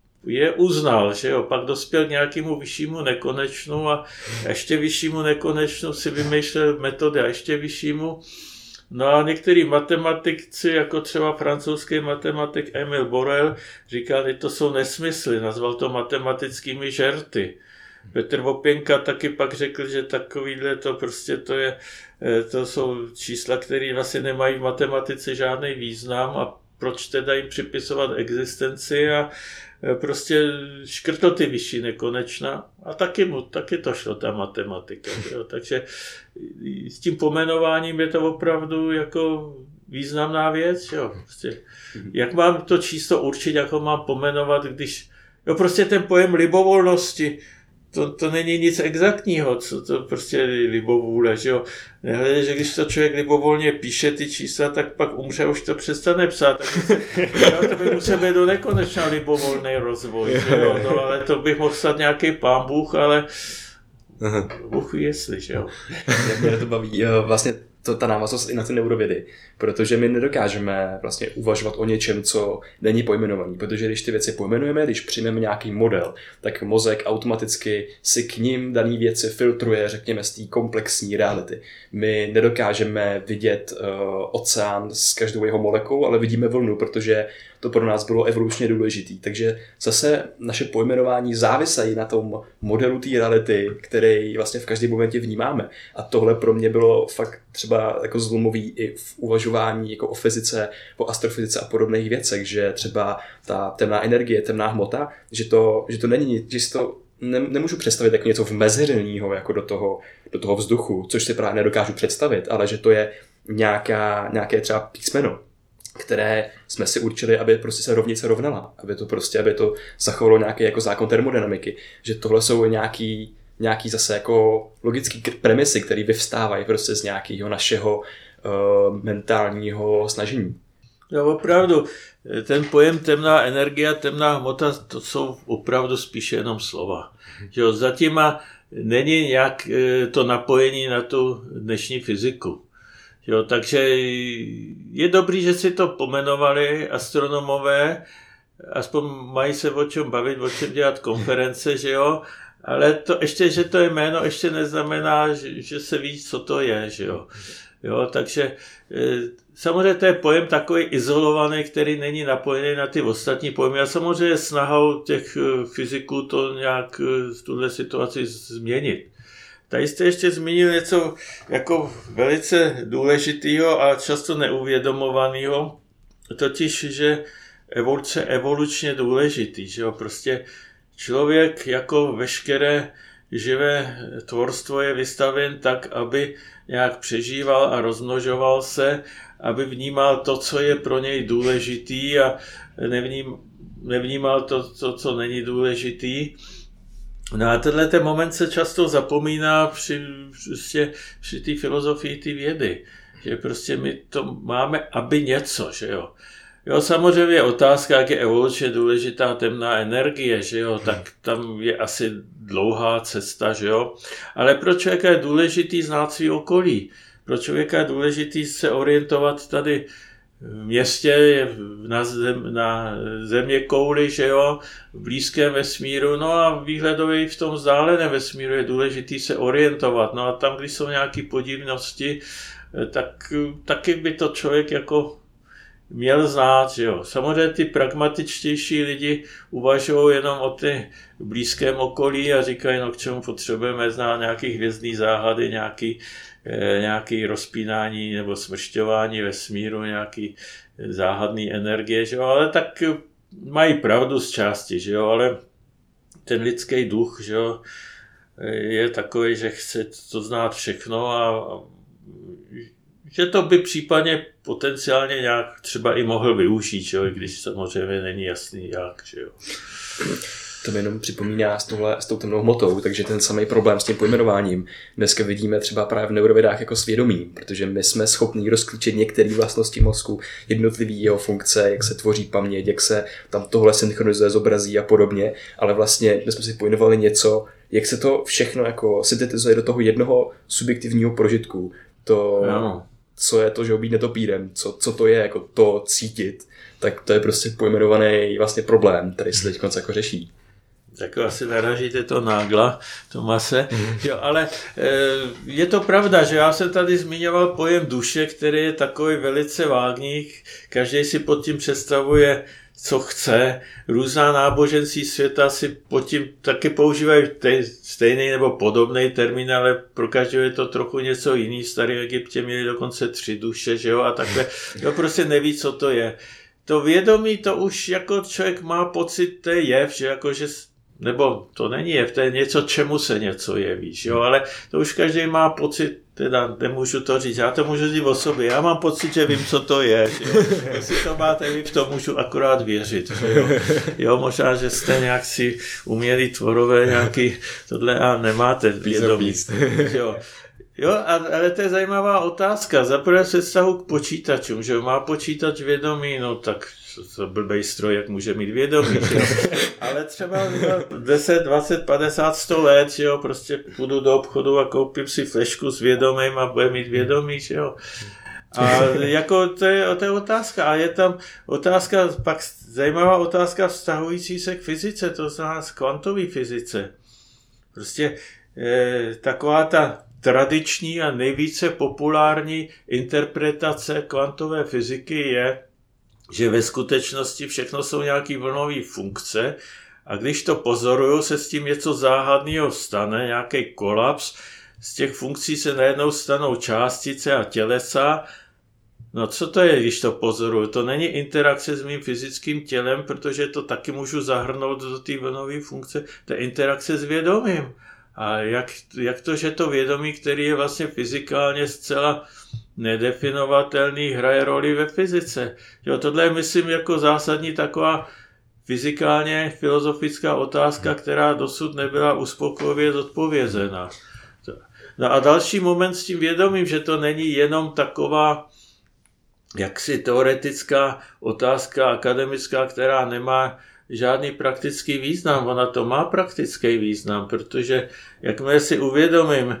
A: je uznal, že jo? Pak dospěl k nějakému vyššímu nekonečnu a ještě vyššímu nekonečnu si vymýšlel metody a ještě vyššímu. No a některý matematici, jako třeba francouzský matematik Emile Borel, říkal, že to jsou nesmysly, nazval to matematickými žerty. Petr Vopěnka taky pak řekl, že takovýhle to prostě to je, to jsou čísla, které vlastně nemají v matematice žádný význam a proč teda jim připisovat existenci a prostě škrtl ty vyšší nekonečna a taky mu, taky to šlo ta matematika. Jo. Takže s tím pomenováním je to opravdu jako významná věc. Jo. Prostě, jak mám to číslo určit, jak ho mám pomenovat, když jo, prostě ten pojem libovolnosti, to, to není nic exaktního, co to prostě je libovůle, že jo. Nehledě, že když to člověk libovolně píše ty čísla, tak pak umře, už to přestane psát. Tak jo, to by musel být do nekonečna libovolný rozvoj, že jo. No, ale to bych mohl stát nějaký pán Bůh, ale Bůh jestli, že jo.
C: Mě to baví. Vlastně to, ta návaznost i na ty neurovědy, protože my nedokážeme vlastně uvažovat o něčem, co není pojmenovaný, protože když ty věci pojmenujeme, když přijmeme nějaký model, tak mozek automaticky si k ním daný věci filtruje, řekněme, z té komplexní reality. My nedokážeme vidět uh, oceán s každou jeho molekulou, ale vidíme vlnu, protože to pro nás bylo evolučně důležitý. Takže zase naše pojmenování závisejí na tom modelu té reality, který vlastně v každém momentě vnímáme. A tohle pro mě bylo fakt třeba jako zlomový i v uvažování jako o fyzice, o astrofyzice a podobných věcech, že třeba ta temná energie, temná hmota, že to, že to není, že si to ne, nemůžu představit jako něco vmezeného jako do toho, do toho vzduchu, což si právě nedokážu představit, ale že to je nějaká, nějaké třeba písmeno, které jsme si určili, aby prostě se rovnice rovnala, aby to prostě, aby to zachovalo nějaký jako zákon termodynamiky, že tohle jsou nějaký, nějaký zase jako logický premisy, které vyvstávají prostě z nějakého našeho uh, mentálního snažení.
A: No opravdu, ten pojem temná energie a temná hmota, to jsou opravdu spíše jenom slova. Že jo, zatím a není nějak to napojení na tu dnešní fyziku. Jo, takže je dobrý, že si to pomenovali astronomové, aspoň mají se o čem bavit, o čem dělat konference, že jo, ale to ještě, že to je jméno, ještě neznamená, že, že se ví, co to je, že jo. Jo, takže samozřejmě to je pojem takový izolovaný, který není napojený na ty ostatní pojmy a samozřejmě snahou těch fyziků to nějak v tuhle situaci změnit. tady jste ještě zmínil něco jako velice důležitého a často neuvědomovaného, totiž, že evoluce je evolučně důležitý, že jo, prostě člověk jako veškeré živé tvorstvo je vystaven tak, aby nějak přežíval a rozmnožoval se, aby vnímal to, co je pro něj důležitý a nevním, nevnímal to, to, co není důležitý. No a tenhle ten moment se často zapomíná při, prostě, při té filozofii té vědy, že prostě my to máme, aby něco, že jo. Jo, samozřejmě je otázka, jak je evolučně důležitá temná energie, že jo, tak tam je asi dlouhá cesta, že jo. Ale pro člověka je důležitý znát svý okolí. Pro člověka je důležitý se orientovat tady v městě, na, zem, na země kouli, že jo, v blízkém vesmíru, no a výhledově v tom vzdáleném vesmíru je důležitý se orientovat. No a tam, když jsou nějaké podivnosti, tak taky by to člověk jako měl znát, že jo. Samozřejmě ty pragmatičtější lidi uvažují jenom o ty blízkém okolí a říkají, no k čemu potřebujeme znát nějaký hvězdný záhady, nějaký, eh, nějaký rozpínání nebo smršťování vesmíru, nějaký záhadný energie, že jo. Ale tak mají pravdu z části, že jo, ale ten lidský duch, že jo, je takový, že chce to znát všechno a že to by případně potenciálně nějak třeba i mohl využít, že jo, i když samozřejmě není jasný jak, že jo.
C: To mi jenom připomíná s, tohle, s tou temnou hmotou, takže ten samý problém s tím pojmenováním dneska vidíme třeba právě v neurovědách jako svědomí, protože my jsme schopni rozklíčit některé vlastnosti mozku, jednotlivý jeho funkce, jak se tvoří paměť, jak se tam tohle synchronizuje, zobrazí a podobně, ale vlastně my jsme si pojmenovali něco, jak se to všechno jako syntetizuje do toho jednoho subjektivního prožitku. To, no. Co je to, že být netopírem, co, co to je jako to cítit, tak to je prostě pojmenovaný vlastně problém, který se teď jako řeší.
A: Tak asi naražíte to nágla, Tomase. Jo, ale je to pravda, že já jsem tady zmiňoval pojem duše, který je takový velice vágní. Každý si pod tím představuje, co chce. Různá náboženství světa si pod tím taky používají stejný nebo podobný termín, ale pro každého je to trochu něco jiný. V starém Egyptě měli dokonce tři duše, že jo, a takhle. Jo, prostě neví, co to je. To vědomí, to už jako člověk má pocit, to je jev, že jako, že nebo to není jev, to je něco, čemu se něco jeví, jo, ale to už každý má pocit, teda nemůžu to říct, já to můžu říct o sobě, já mám pocit, že vím, co to je, jo. Jestli to máte vy, v to můžu akorát věřit, jo. Jo, možná, že jste nějak si umělí tvorové nějaký, tohle a nemáte vědomí, jo. Jo, ale to je zajímavá otázka. Zaprvé se vztahu k počítačům, že má počítač vědomí, no tak to blbej stroj, jak může mít vědomí, že jo. Ale třeba deset, dvacet, padesát, sto let, že jo, prostě půjdu do obchodu a koupím si flešku s vědomím a bude mít vědomí, že jo. A jako to je, to je otázka. A je tam otázka, pak zajímavá otázka vztahující se k fyzice, to znamená k kvantové fyzice. Prostě eh, taková ta tradiční a nejvíce populární interpretace kvantové fyziky je, že ve skutečnosti všechno jsou nějaké vlnové funkce a když to pozoruju, se s tím něco záhadného stane, nějaký kolaps, z těch funkcí se najednou stanou částice a tělesa. No co to je, když to pozoruju? To není interakce s mým fyzickým tělem, protože to taky můžu zahrnout do té vlnové funkce, to je interakce s vědomím. A jak, jak to, že to vědomí, který je vlastně fyzikálně zcela nedefinovatelný, hraje roli ve fyzice. Jo, tohle je, myslím, jako zásadní taková fyzikálně filozofická otázka, která dosud nebyla uspokojivě zodpovězena. No a další moment s tím vědomím, že to není jenom taková jaksi teoretická otázka akademická, která nemá žádný praktický význam. Ona to má praktický význam, protože jakmile si uvědomím,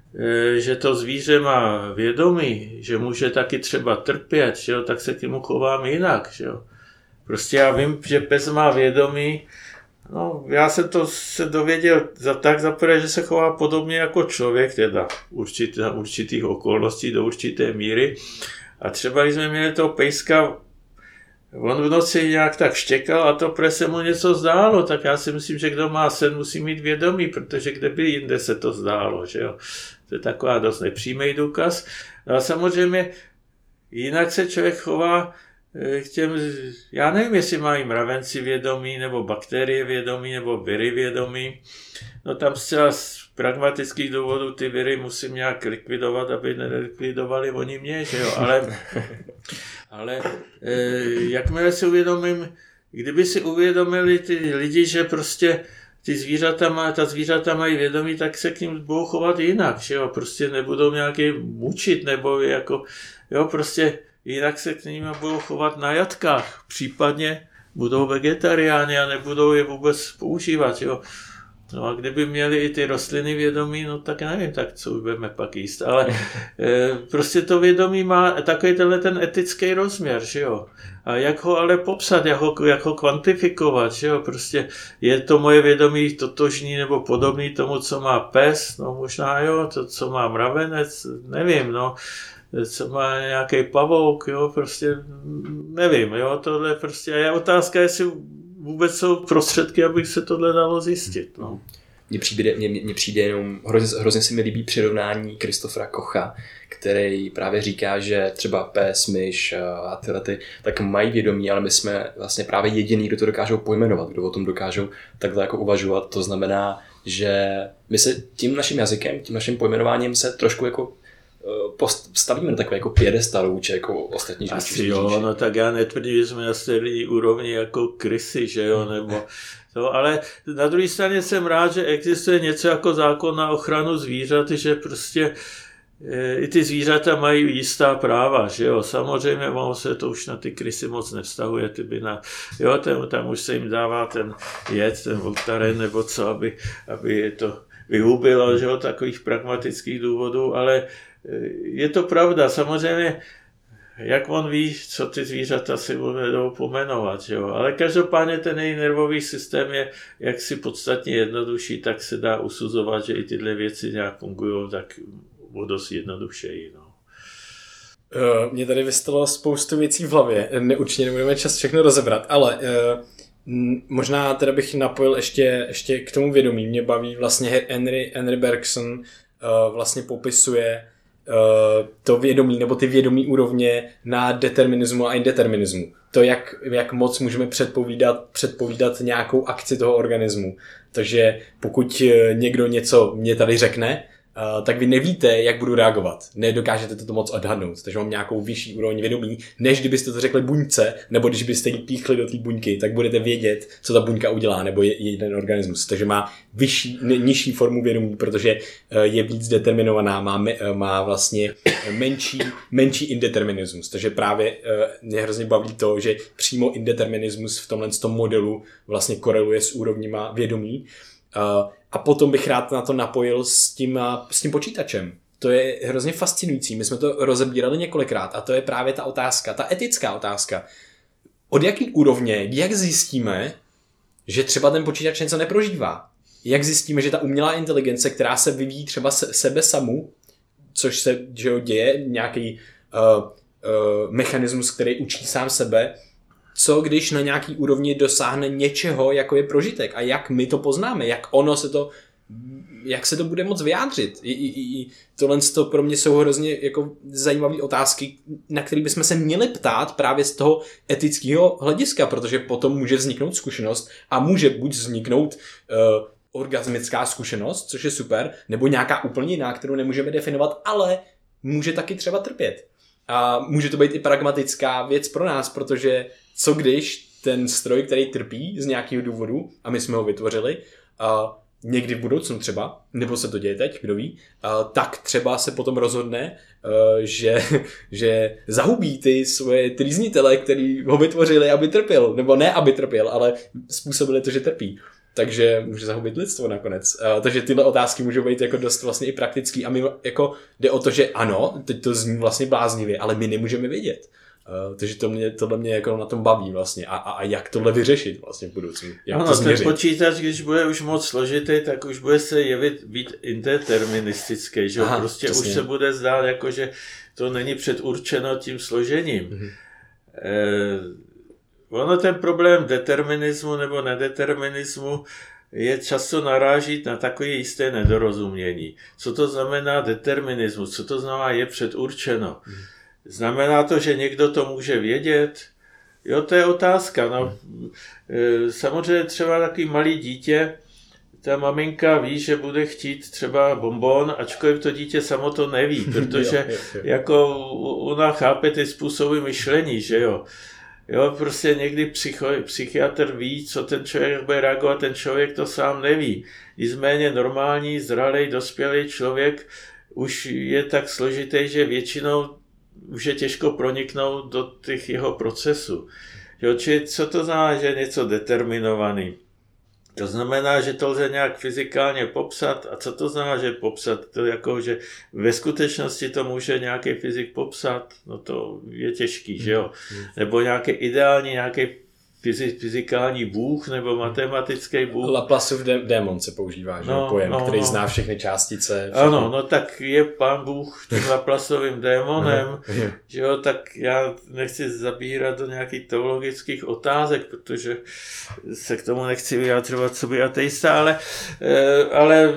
A: že to zvíře má vědomí, že může taky třeba trpět, že jo, tak se k němu chovám jinak. Že jo. Prostě já vím, že pes má vědomí. No, já jsem to se dověděl za tak zaprvé, že se chová podobně jako člověk, teda určitý, na určitých okolností do určité míry. A třeba když jsme měli toho pejska on v noci nějak tak štěkal a to pre se mu něco zdálo, tak já si myslím, že kdo má sen, musí mít vědomí, protože kde by jinde se to zdálo, že jo. To je taková dost nepřímý důkaz. No a samozřejmě jinak se člověk chová k těm, já nevím, jestli mají mravenci vědomí, nebo bakterie vědomí, nebo viry vědomí. No tam zcela z pragmatických důvodů ty viry musím nějak likvidovat, aby nelikvidovali oni mě, že jo, ale, ale e, jakmile si uvědomím, kdyby si uvědomili ty lidi, že prostě ty zvířata, má, ta zvířata mají vědomí, tak se k ním budou chovat jinak, že jo, prostě nebudou nějaký mučit, nebo jako, jo, prostě jinak se k ním budou chovat na jatkách, případně budou vegetariáni a nebudou je vůbec používat, jo. No a kdyby měli i ty rostliny vědomí, no tak nevím, tak co budeme pak jíst, ale e, prostě to vědomí má takový tenhle ten etický rozměr, že jo. A jak ho ale popsat, jak ho, jak ho kvantifikovat, že jo, prostě je to moje vědomí totožný nebo podobný tomu, co má pes, no možná jo, to, co má mravenec, nevím, no. Co má nějaký pavouk, jo, prostě nevím, jo, tohle prostě, a je otázka, jestli vůbec jsou prostředky, aby se tohle dalo zjistit, no.
C: Mně přijde, mě, mě přijde jenom, hrozně, hrozně si mi líbí přirovnání Christophera Kocha, který právě říká, že třeba pes, myš a tyhle ty, tak mají vědomí, ale my jsme vlastně právě jediný, kdo to dokážou pojmenovat, kdo o tom dokážou takhle jako uvažovat, to znamená, že my se tím naším jazykem, tím naším pojmenováním se trošku jako stavíme na takové jako piedestal vůči jako ostatní živočiši.
A: Asi jo, no tak já netvrdím, že jsme na stejné úrovni jako krysy, že jo, nebo to, ale na druhé straně jsem rád, že existuje něco jako zákon na ochranu zvířat, že prostě e, i ty zvířata mají jistá práva, že jo, samozřejmě ono se to už na ty krysy moc nevztahuje, ty by na, jo, tam, tam už se jim dává ten jed, ten voltaren nebo co, aby, aby je to vyhubilo, že jo, takových pragmatických důvodů, ale je to pravda, samozřejmě, jak on ví, co ty zvířata si budou pomenovat, že jo? Ale každopádně ten její nervový systém je jaksi podstatně jednodušší, tak se dá usuzovat, že i tyhle věci nějak fungují, tak budou si jednodušeji. No.
D: Mně tady vystalo spoustu věcí v hlavě, ne, určitě nebudeme čas všechno rozebrat, ale uh, možná teda bych napojil ještě, ještě k tomu vědomí. Mě baví vlastně Henry, Henry Bergson uh, vlastně popisuje Uh, to vědomí, nebo ty vědomí úrovně na determinismu a indeterminismu. To, jak, jak moc můžeme předpovídat, předpovídat nějakou akci toho organismu. Takže pokud někdo něco mě tady řekne, uh, tak vy nevíte, jak budu reagovat. Nedokážete to moc odhadnout. Takže mám nějakou vyšší úroveň vědomí, než kdybyste to řekli buňce, nebo když byste ji píchli do té buňky, tak budete vědět, co ta buňka udělá, nebo je, je ten organismus. Takže má vyšší, nižší formu vědomí, protože je víc determinovaná, má, má vlastně menší, menší indeterminismus. Takže právě mě hrozně baví to, že přímo indeterminismus v tomhle tom modelu vlastně koreluje s úrovněma vědomí. A potom bych rád na to napojil s tím, s tím počítačem. To je hrozně fascinující. My jsme to rozebírali několikrát a to je právě ta otázka, ta etická otázka. Od jaký úrovně, jak zjistíme, že třeba ten počítač něco neprožívá? Jak zjistíme, že ta umělá inteligence, která se vyvíjí třeba se, sebe samu, což se že jo, děje, nějaký uh, uh, mechanismus, který učí sám sebe, co když na nějaký úrovni dosáhne něčeho, jako je prožitek a jak my to poznáme, jak ono se to, jak se to bude moc vyjádřit. I, i, i tohle to pro mě jsou hrozně jako zajímavé otázky, na které bychom se měli ptát právě z toho etického hlediska, protože potom může vzniknout zkušenost a může buď vzniknout uh, orgasmická zkušenost, což je super, nebo nějaká úplně jiná, kterou nemůžeme definovat, ale může taky třeba trpět. A může to být i pragmatická věc pro nás, protože co když ten stroj, který trpí z nějakého důvodu, a my jsme ho vytvořili, a někdy v budoucnu třeba, nebo se to děje teď, kdo ví, a tak třeba se potom rozhodne, že, že zahubí ty svoje trýznitele, který ho vytvořili, aby trpěl, nebo ne, aby trpěl, ale způsobili to, že trpí. Takže může zahubit lidstvo nakonec. Uh, takže tyhle otázky můžou být jako dost vlastně i praktický a my jako jde o to, že ano, teď to zní vlastně bláznivě, ale my nemůžeme vědět. Uh, takže to mě, tohle mě jako na tom baví vlastně a, a, a jak tohle vyřešit vlastně v budoucnu. Jak
A: ano,
D: to změřit.
A: Ten počítač, když bude už moc složitý, tak už bude se jevit být indeterministický, že Aha, prostě přesně. Už se bude zdát jako, že to není předurčeno tím složením. Mhm. E, ono ten problém determinismu nebo nedeterminismu je často narážit na takové jisté nedorozumění. Co to znamená determinismus? Co to znamená je předurčeno? Znamená to, že někdo to může vědět? Jo, to je otázka. No, samozřejmě třeba takový malý dítě, ta maminka ví, že bude chtít třeba bonbon, ačkoliv to dítě samo to neví, protože jo, jo, jo. jako ona chápe ty způsoby myšlení, že jo. Jo, prostě někdy psycho, psychiatr ví, co ten člověk bude reagovat, ten člověk to sám neví. Nicméně normální, zralý, dospělý člověk už je tak složitý, že většinou už je těžko proniknout do těch jeho procesů. Jo, čili co to znamená, že je něco determinovaný? To znamená, že to lze nějak fyzikálně popsat. A co to znamená, že popsat? To jako, že ve skutečnosti to může nějaký fyzik popsat, no to je těžký, že jo? Nebo nějaký ideální, nějaký fyzikální bůh nebo matematický bůh.
D: Laplaceův démon se používá, že no, pojem, no, který no. zná všechny částice. Všechny.
A: Ano, no tak je pán Bůh tím Laplaceovým démonem, že jo, tak já nechci zabírat do nějakých teologických otázek, protože se k tomu nechci vyjadřovat, co by ateista, ale, ale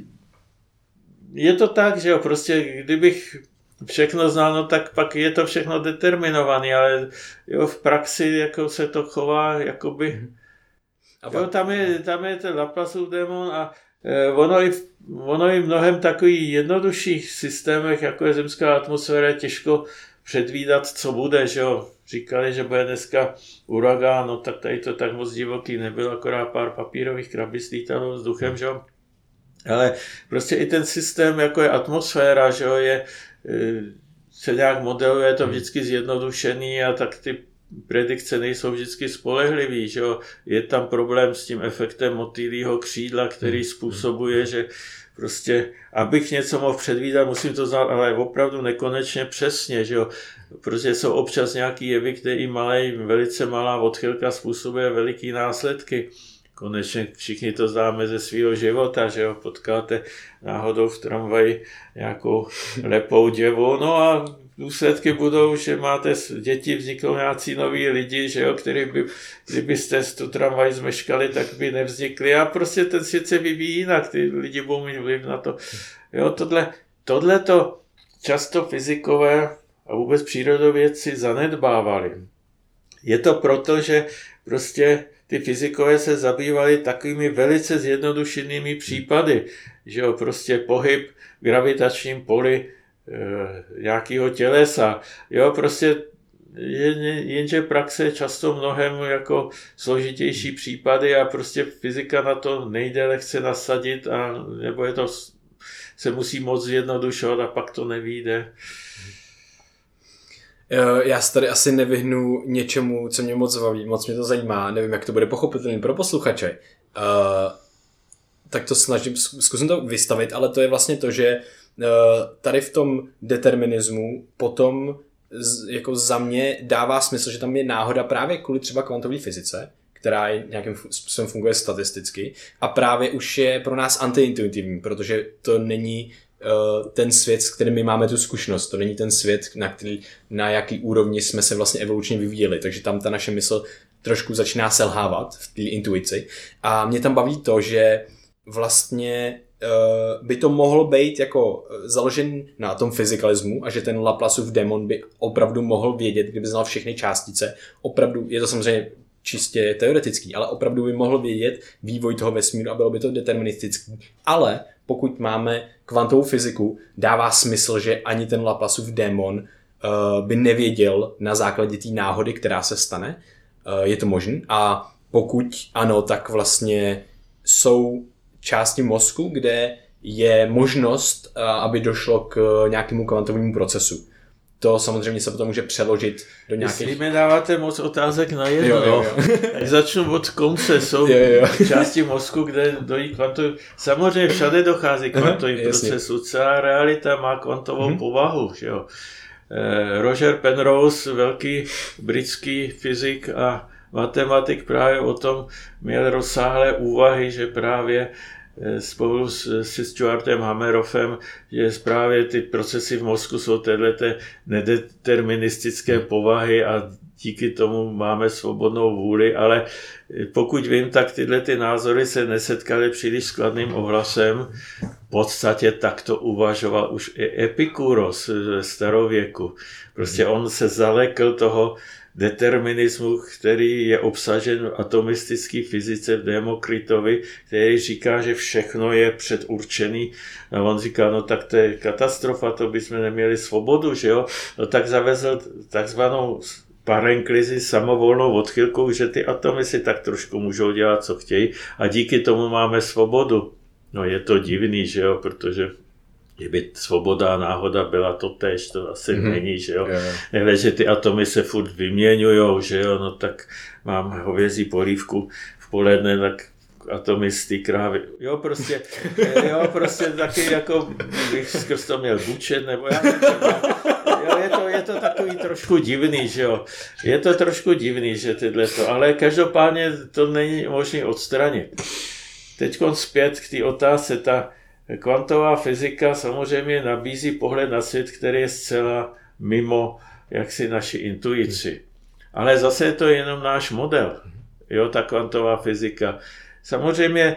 A: je to tak, že jo, prostě kdybych všechno znal, no tak pak je to všechno determinované, ale jo, v praxi jako se to chová, jakoby, jo, tam je, tam je ten Laplaceův démon a eh, ono, i, ono i v mnohem takových jednodušších systémech, jako je zemská atmosféra, je těžko předvídat, co bude, že jo. Říkali, že bude dneska uragán, no tak tady to tak moc divoký nebylo, akorát pár papírových krabic lítalo vzduchem, že jo. Ale prostě i ten systém, jako je atmosféra, že jo, je se nějak modeluje, je to vždycky zjednodušený a tak ty predikce nejsou vždycky spolehlivý, že jo. Je tam problém s tím efektem motýlího křídla, který způsobuje, že prostě, abych něco mohl předvídat, musím to znát, ale opravdu nekonečně přesně, že jo. Protože jsou občas nějaký jevy, který malej, velice malá odchylka způsobuje veliký následky. Konečně všichni to známe ze svého života, že jo, potkáte náhodou v tramvaji nějakou lepou děvu, no a důsledky budou, že máte děti, vzniknou nějací noví lidi, že jo, který by, kdybyste tu tramvaj zmeškali, tak by nevznikli a prostě ten svět se vyvíjí jinak, ty lidi budou mít vliv na to. Jo, tohle, tohle to často fyzikové a vůbec přírodovědci zanedbávali. Je to proto, že prostě ty fyzikové se zabývali takovými velice zjednodušenými případy, že jo, prostě pohyb v gravitačním poli e, nějakého tělesa, jo, prostě jen, jenže praxe je často mnohem jako složitější případy a prostě fyzika na to nejde lehce nasadit a nebo je to, se musí moc zjednodušovat a pak to nevyjde.
D: Já se tady asi nevyhnu něčemu, co mě moc baví, moc mě to zajímá, nevím, jak to bude pochopitelné pro posluchače. Uh, tak to snažím, zkusím to vystavit, ale to je vlastně to, že uh, tady v tom determinismu potom z, jako za mě dává smysl, že tam je náhoda právě kvůli třeba kvantové fyzice, která je nějakým způsobem funguje statisticky a právě už je pro nás antiintuitivní, protože to není ten svět, s kterým my máme tu zkušenost. To není ten svět, na, který, na jaký úrovni jsme se vlastně evolučně vyvíjeli. Takže tam ta naše mysl trošku začíná selhávat v té intuici. A mě tam baví to, že vlastně uh, by to mohlo být jako založen na tom fyzikalismu a že ten Laplaceův démon by opravdu mohl vědět, kdyby znal všechny částice. Opravdu, je to samozřejmě čistě teoretický, ale opravdu by mohl vědět vývoj toho vesmíru a bylo by to deterministický. Ale pokud máme kvantovou fyziku, dává smysl, že ani ten Laplaceův démon uh, by nevěděl na základě té náhody, která se stane. Uh, je to možné. A pokud ano, tak vlastně jsou části mozku, kde je možnost, uh, aby došlo k nějakému kvantovému procesu. To samozřejmě se potom může přeložit do nějakých...
A: Jestli mi dáváte moc otázek na jedno,
D: jo, jo, jo.
A: tak začnu od konce. Jsou jo, jo. části mozku, kde dojí kvantový... Samozřejmě všade dochází kvantový procesu. Celá realita má kvantovou hmm. povahu. Že jo. Roger Penrose, velký britský fyzik a matematik, právě o tom měl rozsáhlé úvahy, že právě spolu s, s Stuartem Hameroffem, že právě ty procesy v mozku jsou této nedeterministické povahy a díky tomu máme svobodnou vůli, ale pokud vím, tak tyhle ty názory se nesetkaly příliš s kladným ohlasem. V podstatě takto uvažoval už i Epikuros ve starověku. Prostě on se zalekl toho determinismu, který je obsažen v atomistické fyzice v Demokritovi, který říká, že všechno je předurčený. A on říká, no tak to je katastrofa, to bychom neměli svobodu, že jo? No tak zavezl takzvanou parenklizi, samovolnou odchylkou, že ty atomy si tak trošku můžou dělat, co chtějí a díky tomu máme svobodu. No je to divný, že jo, protože kdyby svoboda a náhoda byla to též, to asi mm-hmm. není, že jo. Nehle, že ty atomy se furt vyměňujou, že jo, no tak mám hovězí polívku v poledne, tak atomy z té krávy. Jo, prostě, jo, prostě taky jako bych skrz to měl bučet, nebo já nevím, jo, je to, je to takový trošku divný, že jo. Je to trošku divný, že tyhle to, ale každopádně to není možné odstranit. Teďkon zpět k té otázce, ta kvantová fyzika samozřejmě nabízí pohled na svět, který je zcela mimo jaksi naši intuici. Ale zase je to jenom náš model, jo, ta kvantová fyzika. Samozřejmě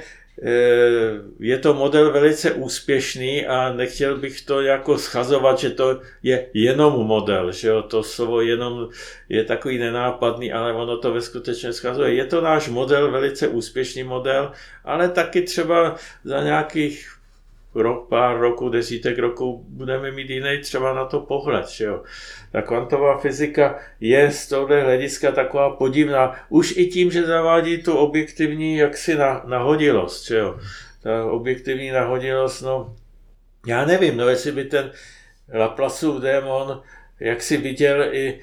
A: je to model velice úspěšný a nechtěl bych to jako schazovat, že to je jenom model, že jo, to slovo jenom je takový nenápadný, ale ono to ve skutečnosti schazuje. Je to náš model, velice úspěšný model, ale taky třeba za nějakých rok, pár roků, desítek roků budeme mít jiný třeba na to pohled, že jo. Ta kvantová fyzika je z tohohle hlediska taková podivná, už i tím, že zavádí tu objektivní jaksi na, nahodilost, že jo. Ta objektivní nahodilost, no, já nevím, no jestli by ten Laplaceův démon jaksi viděl i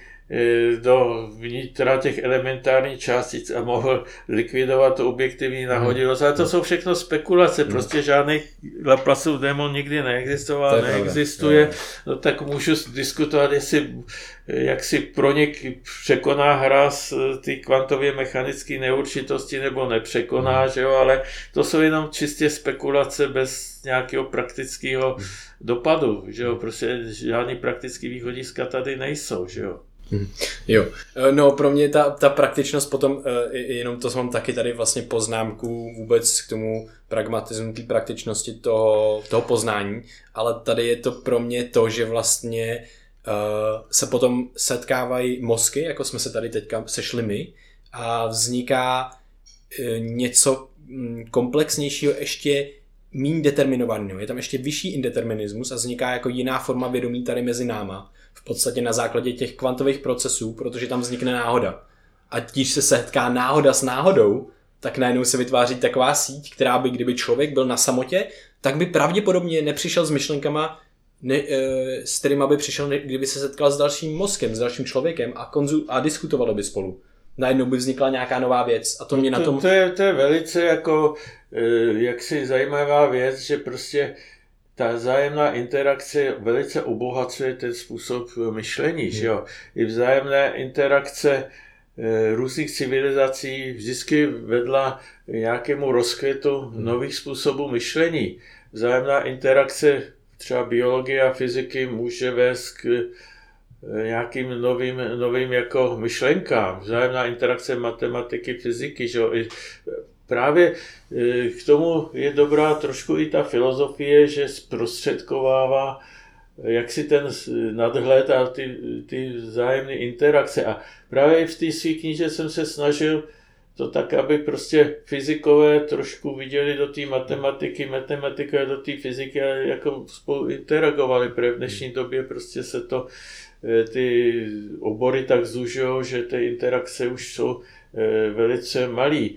A: do vnitra těch elementárních částic a mohl likvidovat tu objektivní nahodilost. Ale to jsou všechno spekulace, prostě žádný Laplaceův démon nikdy neexistoval, neexistuje. No tak můžu diskutovat, jestli jak si pronik překoná hráz ty kvantově mechanické neurčitosti nebo nepřekoná, že jo? Ale to jsou jenom čistě spekulace bez nějakého praktického dopadu, že jo? Prostě žádný praktický východiska tady nejsou, že jo?
D: Hmm. Jo, no pro mě ta, ta praktičnost potom, jenom to mám taky tady vlastně poznámku vůbec k tomu pragmatismu, té praktičnosti toho, toho poznání, ale tady je to pro mě to, že vlastně uh, se potom setkávají mozky, jako jsme se tady teďka sešli my, a vzniká uh, něco komplexnějšího, ještě méně determinovaného. Je tam ještě vyšší indeterminismus a vzniká jako jiná forma vědomí tady mezi náma. V podstatě na základě těch kvantových procesů, protože tam vznikne náhoda. A když se setká náhoda s náhodou, tak najednou se vytváří taková síť, která by, kdyby člověk byl na samotě, tak by pravděpodobně nepřišel s myšlenkama, ne, e, s kterýma by přišel, kdyby se setkal s dalším mozkem, s dalším člověkem a, konzul, a diskutovali by spolu. Najednou by vznikla nějaká nová věc a to mě
A: to,
D: na tom...
A: To je, to je velice jako jaksi zajímavá věc, že prostě ta vzájemná interakce velice obohacuje ten způsob myšlení, že jo. I vzájemné interakce různých civilizací vždycky vedla nějakému rozkvětu nových způsobů myšlení. Vzájemná interakce třeba biologie a fyziky může vést k nějakým novým, novým jako myšlenkám. Vzájemná interakce matematiky, fyziky, že jo. I právě k tomu je dobrá trošku i ta filozofie, že zprostředkovává jaksi ten nadhled a ty, ty vzájemné interakce. A právě v té své knize jsem se snažil to tak, aby prostě fyzikové trošku viděli do té matematiky, matematikové do té fyziky a jako spolu interagovali, protože v dnešní době prostě se to, ty obory tak zužují, že ty interakce už jsou velice malý.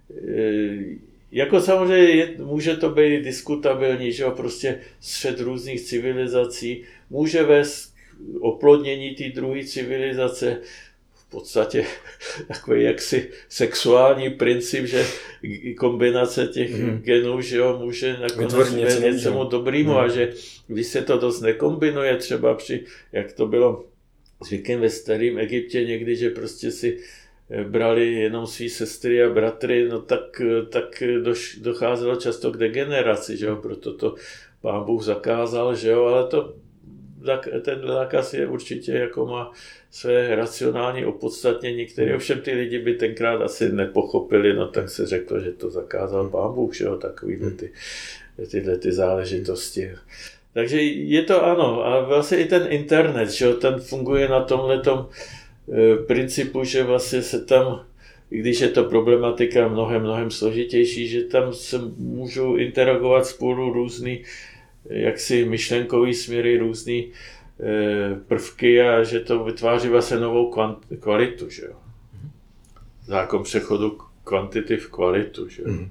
A: Jako samozřejmě je, může to být diskutabilní, že jo, prostě střed různých civilizací může vést k oplodnění té druhé civilizace, v podstatě takový jaksi sexuální princip, že kombinace těch mm. genů, že jo, může nakonec vést něčemu dobrému mm. a že když se to dost nekombinuje, třeba při, jak to bylo zvykem ve starém Egyptě někdy, že prostě si brali jenom svý sestry a bratry, no tak, tak doš, docházelo často k degeneraci, že jo, proto to Pán Bůh zakázal, že jo, ale to, ten zákaz je určitě jako má své racionální opodstatnění, které ovšem ty lidi by tenkrát asi nepochopili, no tak se řeklo, že to zakázal Pán Bůh, že jo, takovýhle ty, tyhle ty záležitosti. Takže je to ano, a vlastně i ten internet, že jo, ten funguje na tomhletom e, principu, že vlastně se tam, i když je to problematika mnohem, mnohem složitější, že tam se můžou interagovat spolu různý jaksi myšlenkový směry, různý e, prvky a že to vytváří vlastně novou kvant, kvalitu, že jo. Zákon přechodu kvantity v kvalitu, že jo.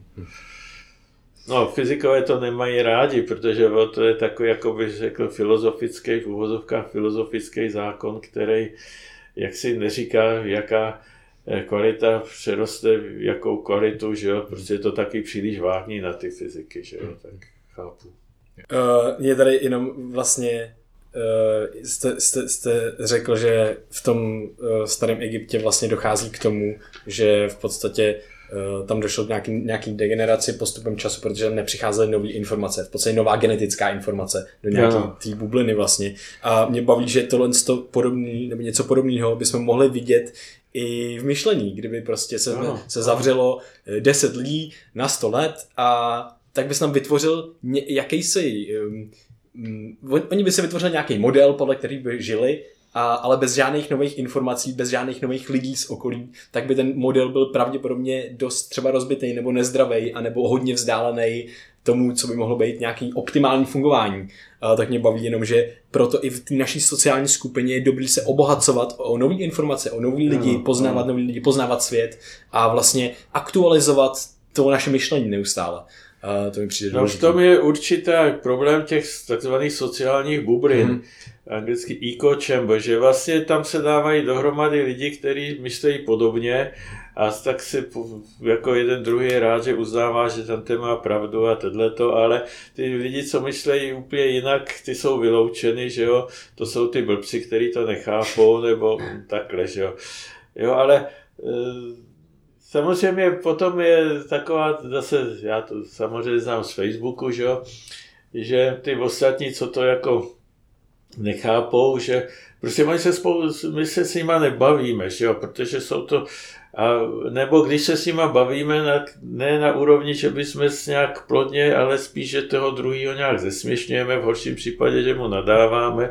A: No, fyzikové to nemají rádi, protože to je takový, jako bych řekl, filozofický, v uvozovkách filozofický zákon, který jaksi neříká, jaká kvalita přeroste jakou kvalitu, že jo, protože je to taky příliš vágní na ty fyziky, že jo, tak chápu.
D: Uh, je tady jenom vlastně, uh, jste, jste, jste řekl, že v tom uh, starém Egyptě vlastně dochází k tomu, že v podstatě uh, tam došlo k nějaký, nějaký degeneraci postupem času, protože nepřicházely nové informace, v podstatě nová genetická informace do nějaké té bubliny vlastně. A mě baví, že tohle podobný, nebo něco podobného bychom mohli vidět i v myšlení, kdyby prostě se, se zavřelo deset lidí na sto let a tak bys nám vytvořil ně, jakýsi, um, um, oni by se vytvořili nějaký model, podle který by žili, a, ale bez žádných nových informací, bez žádných nových lidí z okolí, tak by ten model byl pravděpodobně dost třeba rozbitý nebo nezdravý, anebo hodně vzdálený tomu, co by mohlo být nějaký optimální fungování. A tak mě baví jenom, že proto i v té naší sociální skupině je dobrý se obohacovat o nové informace, o nový lidi, poznávat nový lidi, poznávat svět a vlastně aktualizovat to naše myšlení neustále. A to mi přijde
A: no v tom je určitý problém těch takzvaných sociálních bublin, hmm. anglicky echo chamber, že vlastně tam se dávají dohromady lidi, kteří myslí podobně a tak si jako jeden druhý rád, že uznává, že tam ten má pravdu a tohleto, ale ty lidi, co myslí úplně jinak, ty jsou vyloučeny, že jo, to jsou ty blbci, kteří to nechápou, nebo takhle, že jo. Jo, ale samozřejmě potom je taková, zase já to samozřejmě znám z Facebooku, že jo, že ty ostatní, co to jako nechápou, že prostě my se, spolu, my se s nima nebavíme, že jo, protože jsou to, a, nebo když se s nima bavíme, na, ne na úrovni, že bychom s nějak plodně, ale spíš, že toho druhýho nějak zesměšňujeme, v horším případě, že mu nadáváme,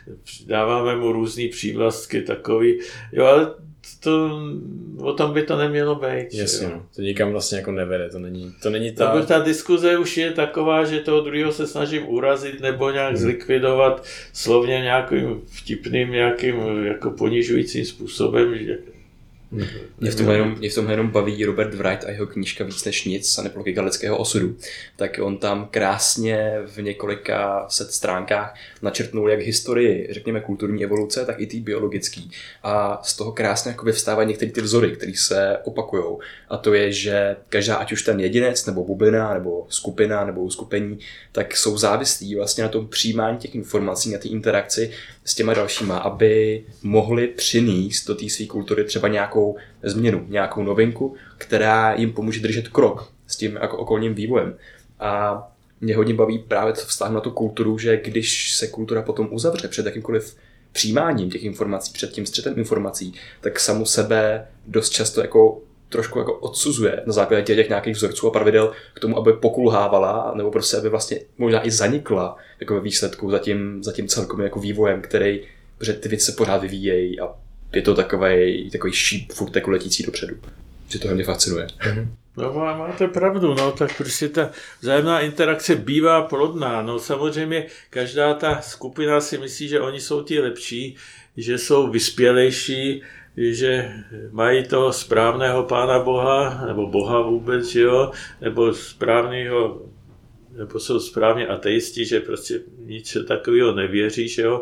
A: dáváme mu různý přívlastky takový, jo, ale to, o tom by to nemělo být.
D: Jasně, no. To nikam vlastně jako nevede, to není, to není ta...
A: Ta... ta diskuze už je taková, že toho druhého se snažím urazit nebo nějak hmm. zlikvidovat slovně nějakým vtipným, nějakým jako ponižujícím způsobem. Že...
C: Hmm. Mě, v tomhle jenom, mě v tomhle jenom baví Robert Wright a jeho knížka Víc než nic a nepologika lidského osudu. Tak on tam krásně v několika set stránkách načrtnul jak historii, řekněme, kulturní evoluce, tak i ty biologický. A z toho krásně jako vyvstávají některé ty vzory, které se opakujou. A to je, že každá, ať už ten jedinec, nebo bublina, nebo skupina, nebo uskupení, tak jsou závislí vlastně na tom přijímání těch informací, na té interakci s těma dalšíma, aby mohli přinést do té své kultury třeba nějakou změnu, nějakou novinku, která jim pomůže držet krok s tím jako okolním vývojem. A mě hodně baví právě to vztah na tu kulturu, že když se kultura potom uzavře před jakýmkoliv přijímáním těch informací, před tím střetem informací, tak samu sebe dost často jako trošku jako odsuzuje na základě těch nějakých vzorců a pravidel k tomu, aby pokulhávala, nebo prostě aby vlastně možná i zanikla jako ve výsledku za tím, za tím celkovým jako vývojem, který, protože ty věci se pořád vyvíjejí a je to takovej, takový šíp furt jako letící dopředu. Že to mě fascinuje.
A: No máte pravdu, no tak prostě ta vzájemná interakce bývá plodná, no samozřejmě každá ta skupina si myslí, že oni jsou ti lepší, že jsou vyspělejší, že mají toho správného Pána Boha, nebo Boha vůbec, jo, nebo správného, nebo jsou správně ateisti, že prostě nic takového nevěří, jo.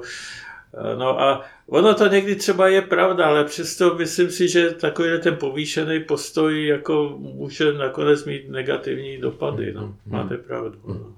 A: No a ono to někdy třeba je pravda, ale přesto myslím si, že takový ten povýšený postoj jako může nakonec mít negativní dopady, no. Máte pravdu. No.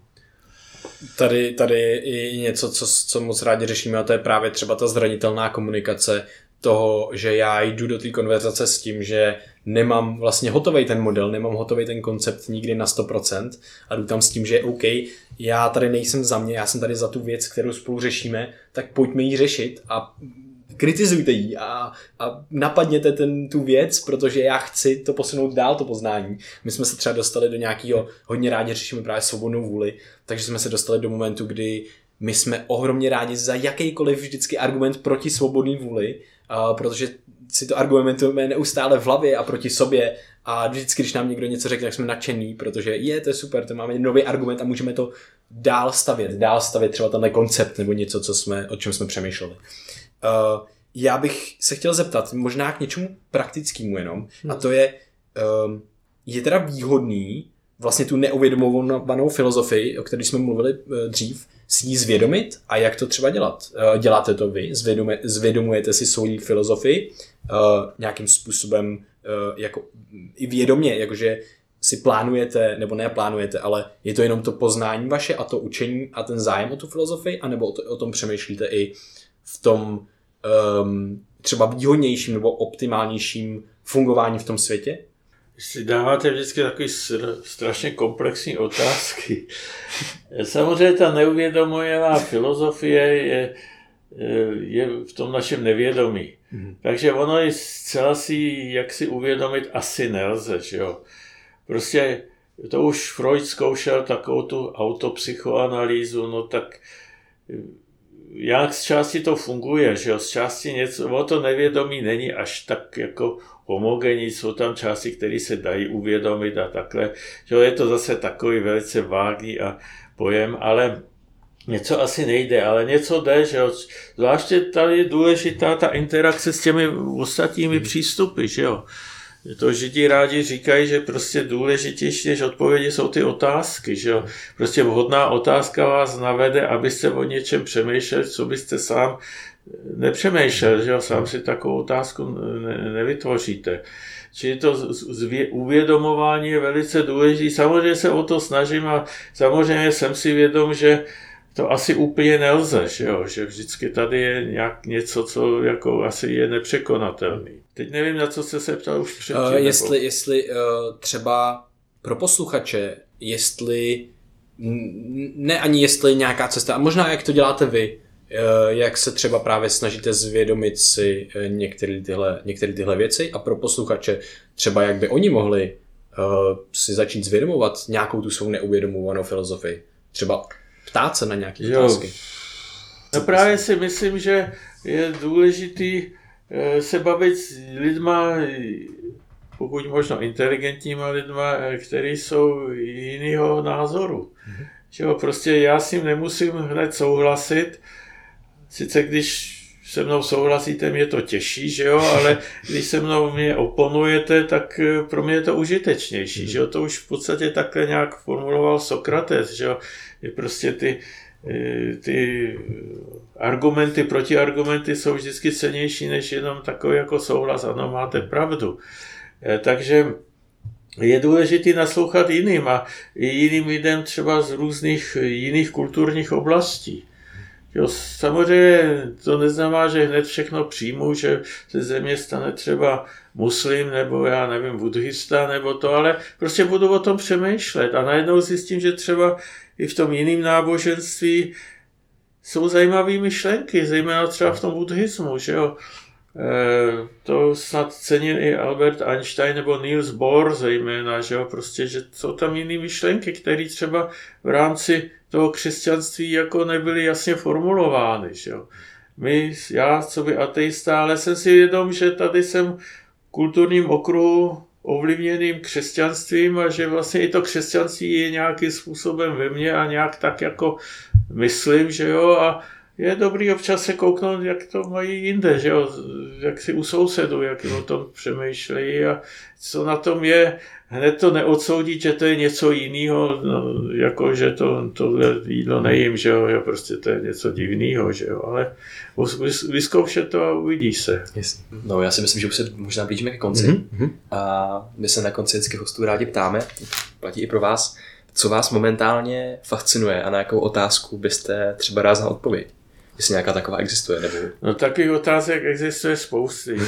D: Tady, tady je něco, co, co moc rádi řešíme, a to je právě třeba ta zranitelná komunikace, toho, že já jdu do té konverzace s tím, že nemám vlastně hotový ten model, nemám hotový ten koncept nikdy na sto procent a jdu tam s tím, že OK, já tady nejsem za mě, já jsem tady za tu věc, kterou spolu řešíme, tak pojďme ji řešit a kritizujte ji a, a napadněte ten, tu věc, protože já chci to posunout dál, to poznání. My jsme se třeba dostali do nějakého, hodně rádi řešíme právě svobodnou vůli, takže jsme se dostali do momentu, kdy my jsme ohromně rádi za jakýkoliv vždycky argument proti svobodné vůli, a protože si to argumentujeme neustále v hlavě a proti sobě a vždycky, když nám někdo něco řekne, tak jsme nadšený, protože je, to je super, to máme nový argument a můžeme to dál stavět, dál stavět třeba tenhle koncept nebo něco, co jsme, o čem jsme přemýšleli. Uh, já bych se chtěl zeptat možná k něčemu praktickému jenom, hmm. a to je, um, je teda výhodný vlastně tu neuvědomovanou filozofii, o které jsme mluvili uh, dřív, si ji zvědomit a jak to třeba dělat. Uh, děláte to vy, zvědomuje, zvědomujete si svoji filozofii uh, nějakým způsobem uh, jako i vědomě, jakože si plánujete, nebo neplánujete, ale je to jenom to poznání vaše a to učení a ten zájem o tu filozofii, anebo o, to, o tom přemýšlíte i v tom um, třeba výhodnějším nebo optimálnějším fungování v tom světě?
A: Si dáváte vždycky takové strašně komplexní otázky. Samozřejmě ta neuvědomová filozofie je, je v tom našem nevědomí. Mm. Takže ono je zcela si, jak si uvědomit, asi nelze. Že jo? Prostě to už Freud zkoušel takovou tu autopsychoanalýzu, no tak jak z části to funguje, že jo, z části něco, o to nevědomí není až tak jako homogenní, jsou tam části, které se dají uvědomit a takhle, že jo, je to zase takový velice vágní a pojem, ale něco asi nejde, ale něco jde, že jo, zvláště tady je důležitá ta interakce s těmi ostatními přístupy, že jo. To Židi rádi říkají, že prostě důležitější než odpovědi jsou ty otázky, že jo. Prostě vhodná otázka vás navede, abyste o něčem přemýšleli, co byste sám nepřemýšlel, že jo. Sám si takovou otázku ne- nevytvoříte. Čili to zvě- uvědomování je velice důležité. Samozřejmě se o to snažím a samozřejmě jsem si vědom, že to asi úplně nelze, že jo, že vždycky tady je nějak něco, co jako asi je nepřekonatelný. Teď nevím, na co jste se ptal už předtím. Uh,
D: jestli nebo... jestli uh, třeba pro posluchače, jestli, ne ani jestli nějaká cesta, a možná jak to děláte vy, uh, jak se třeba právě snažíte zvědomit si některé tyhle, některé tyhle věci a pro posluchače třeba jak by oni mohli uh, si začít zvědomovat nějakou tu svou neuvědomovanou filozofii. Třeba ptát se na nějaké otázky.
A: No právě si myslím, že je důležitý se bavit s lidma, pokud možno inteligentníma lidma, kteří jsou jiného názoru. Mm-hmm. Že jo, prostě já s ním nemusím hned souhlasit, sice když se mnou souhlasíte, mě to těší, že jo, ale když se mnou mě oponujete, tak pro mě je to užitečnější, mm-hmm. že jo, to už v podstatě takhle nějak formuloval Sokrates, že jo, je prostě ty, ty argumenty, protiargumenty jsou vždycky cennější než jenom takový jako souhlas, ano, máte pravdu. Takže je důležité naslouchat jiným a i jiným lidem třeba z různých jiných kulturních oblastí. Jo, samozřejmě to neznamená, že hned všechno přijmu, že se ze mě stane třeba muslim nebo já nevím, buddhista nebo to, ale prostě budu o tom přemýšlet a najednou zjistím, že třeba i v tom jiném náboženství jsou zajímavé myšlenky, zejména třeba v tom buddhismu, že jo. E, to snad cenil i Albert Einstein nebo Niels Bohr zejména, že jo, prostě, že jsou tam jiné myšlenky, které třeba v rámci toho křesťanství jako nebyly jasně formulovány, že jo. My, já, co by ateista, ale jsem si vědom, že tady jsem v kulturním okruhu ovlivněným křesťanstvím a že vlastně i to křesťanství je nějakým způsobem ve mně a nějak tak jako myslím, že jo, a je dobrý občas se kouknout, jak to mají jinde, že jo, jak si u sousedů, jak o tom přemýšlejí a co na tom je, hned to neodsoudit, že to je něco jiného, no, jako že to, tohle jídlo nejím, že jo, prostě to je něco divného, že jo, ale vyzkoušet to a uvidíš se.
C: Yes. No, já si myslím, že už se možná blížíme ke konci mm-hmm. a my se na konci vždycky hostů rádi ptáme, platí i pro vás, co vás momentálně fascinuje a na jakou otázku byste třeba rád znal odpověď. jestli nějaká taková existuje. Nebo...
A: No takových otázek existuje spousty.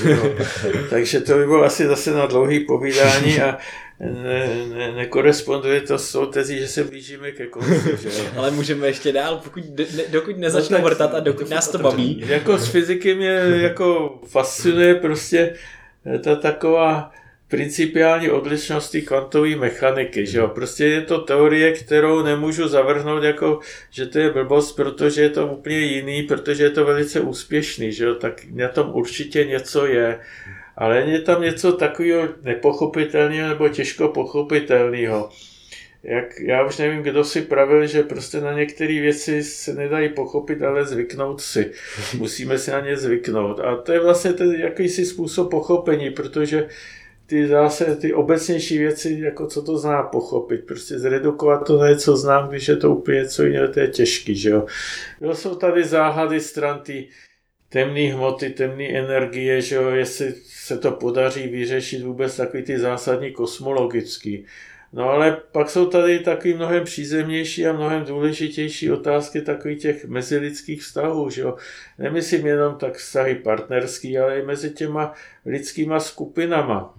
A: Takže to by bylo asi zase na dlouhý povídání a ne, ne, nekoresponduje to s tou tezí, že se blížíme ke konci. Že?
D: Ale můžeme ještě dál, pokud, ne, dokud nezačnou no vrtat a dokud nás to baví.
A: Jako z fyziky mě jako fascinuje prostě ta taková principiální odlišnost té kvantové mechaniky, že jo. Prostě je to teorie, kterou nemůžu zavrhnout jako, že to je blbost, protože je to úplně jiný, protože je to velice úspěšný, že jo. Tak na tom určitě něco je, ale je tam něco takového nepochopitelného nebo těžko pochopitelného. Jak, já už nevím, kdo si pravil, že prostě na některé věci se nedají pochopit, ale zvyknout si. Musíme si na ně zvyknout. A to je vlastně ten jakýsi způsob pochopení, protože ty zase, ty obecnější věci, jako co to zná pochopit, prostě zredukovat to na něco znám, když je to úplně něco jiného, to je těžký, že jo. Jo, jsou tady záhady stran té temné hmoty, temné energie, že jo, jestli se to podaří vyřešit vůbec takový ty zásadní kosmologický. No ale pak jsou tady taky mnohem přízemnější a mnohem důležitější otázky takových těch mezilidských vztahů, že jo. Nemyslím jenom tak vztahy partnerský, ale i mezi těma lidskýma skupinama.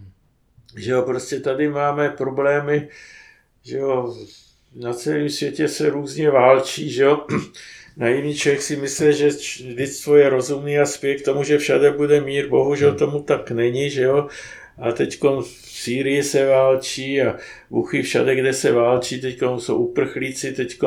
A: Že jo, prostě tady máme problémy, že jo, na celém světě se různě válčí, že jo. Naivní člověk si myslí, že lidstvo je rozumný a spěje k tomu, že všade bude mír, bohužel tomu tak není, že jo. A teď v Sýrii se válčí a buchy všade, kde se válčí, teď jsou uprchlíci, teď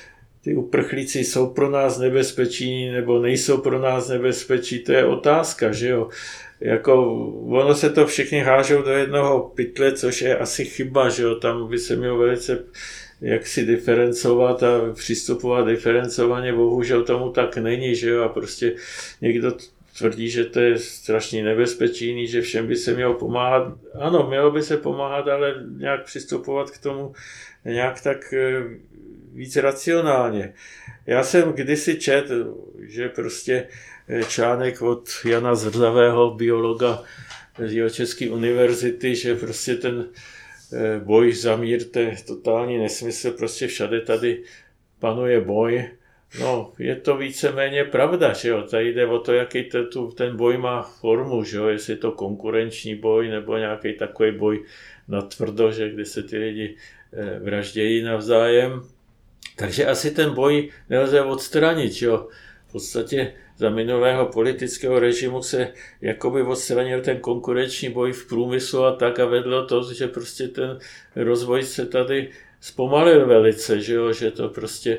A: ty uprchlíci jsou pro nás nebezpečí nebo nejsou pro nás nebezpečí, to je otázka, že jo. Jako, ono se to všichni hážou do jednoho pytle, což je asi chyba, že jo, tam by se mělo velice jak si diferencovat a přistupovat diferencovaně, bohužel tomu tak není, že jo, a prostě někdo tvrdí, že to je strašně nebezpečný, že všem by se mělo pomáhat. Ano, mělo by se pomáhat, ale nějak přistupovat k tomu nějak tak víc racionálně. Já jsem kdysi četl, že prostě článek od Jana Zrzavého, biologa z Jihočeské univerzity, že prostě ten boj za mír, to je totální nesmysl, prostě všade tady panuje boj. No, je to víceméně pravda, že jo, tady jde o to, jaký ten, ten boj má formu, že jo, jestli je to konkurenční boj, nebo nějaký takový boj natvrdo, že kde se ty lidi vraždějí navzájem. Takže asi ten boj nelze odstranit, že jo. V podstatě za minulého politického režimu se jakoby odstranil ten konkurenční boj v průmyslu a tak a vedlo to, že prostě ten rozvoj se tady zpomalil velice, že jo, že to prostě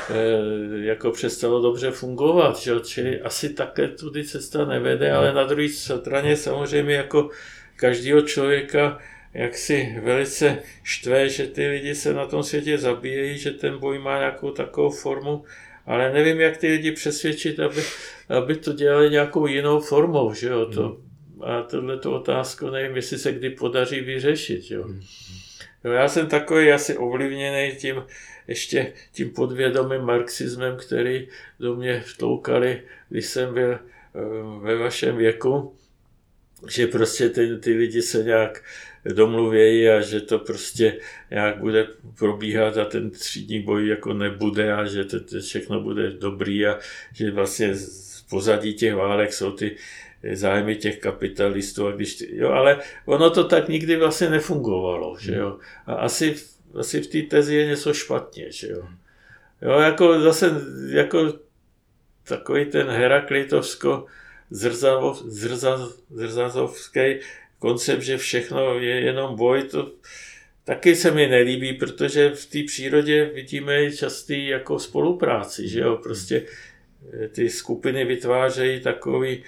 A: e, jako přestalo dobře fungovat, že jo, čili asi také tudy cesta nevede, ale na druhé straně samozřejmě jako každého člověka jak si velice štve, že ty lidi se na tom světě zabíjejí, že ten boj má nějakou takovou formu, ale nevím, jak ty lidi přesvědčit, aby, aby to dělali nějakou jinou formou, že jo, to, a tohleto otázku nevím, jestli se kdy podaří vyřešit, jo. Jo, já jsem takový asi ovlivněný tím, ještě tím podvědomým marxismem, který do mě vtoukali, když jsem byl ve vašem věku, že prostě ty, ty lidi se nějak domluvějí a že to prostě nějak bude probíhat a ten třídní boj jako nebude a že to, to všechno bude dobrý a že vlastně z pozadí těch válek jsou ty zájmy těch kapitalistů, a když ty, jo, ale ono to tak nikdy vlastně nefungovalo, že jo. A asi, asi v té tezi je něco špatně, že jo. Jo, jako zase, jako takový ten Heraklitovsko zrzavov, zrza, zrzazovský koncept, že všechno je jenom boj, to taky se mi nelíbí, protože v té přírodě vidíme častý jako spolupráci, že jo, prostě ty skupiny vytvářejí takový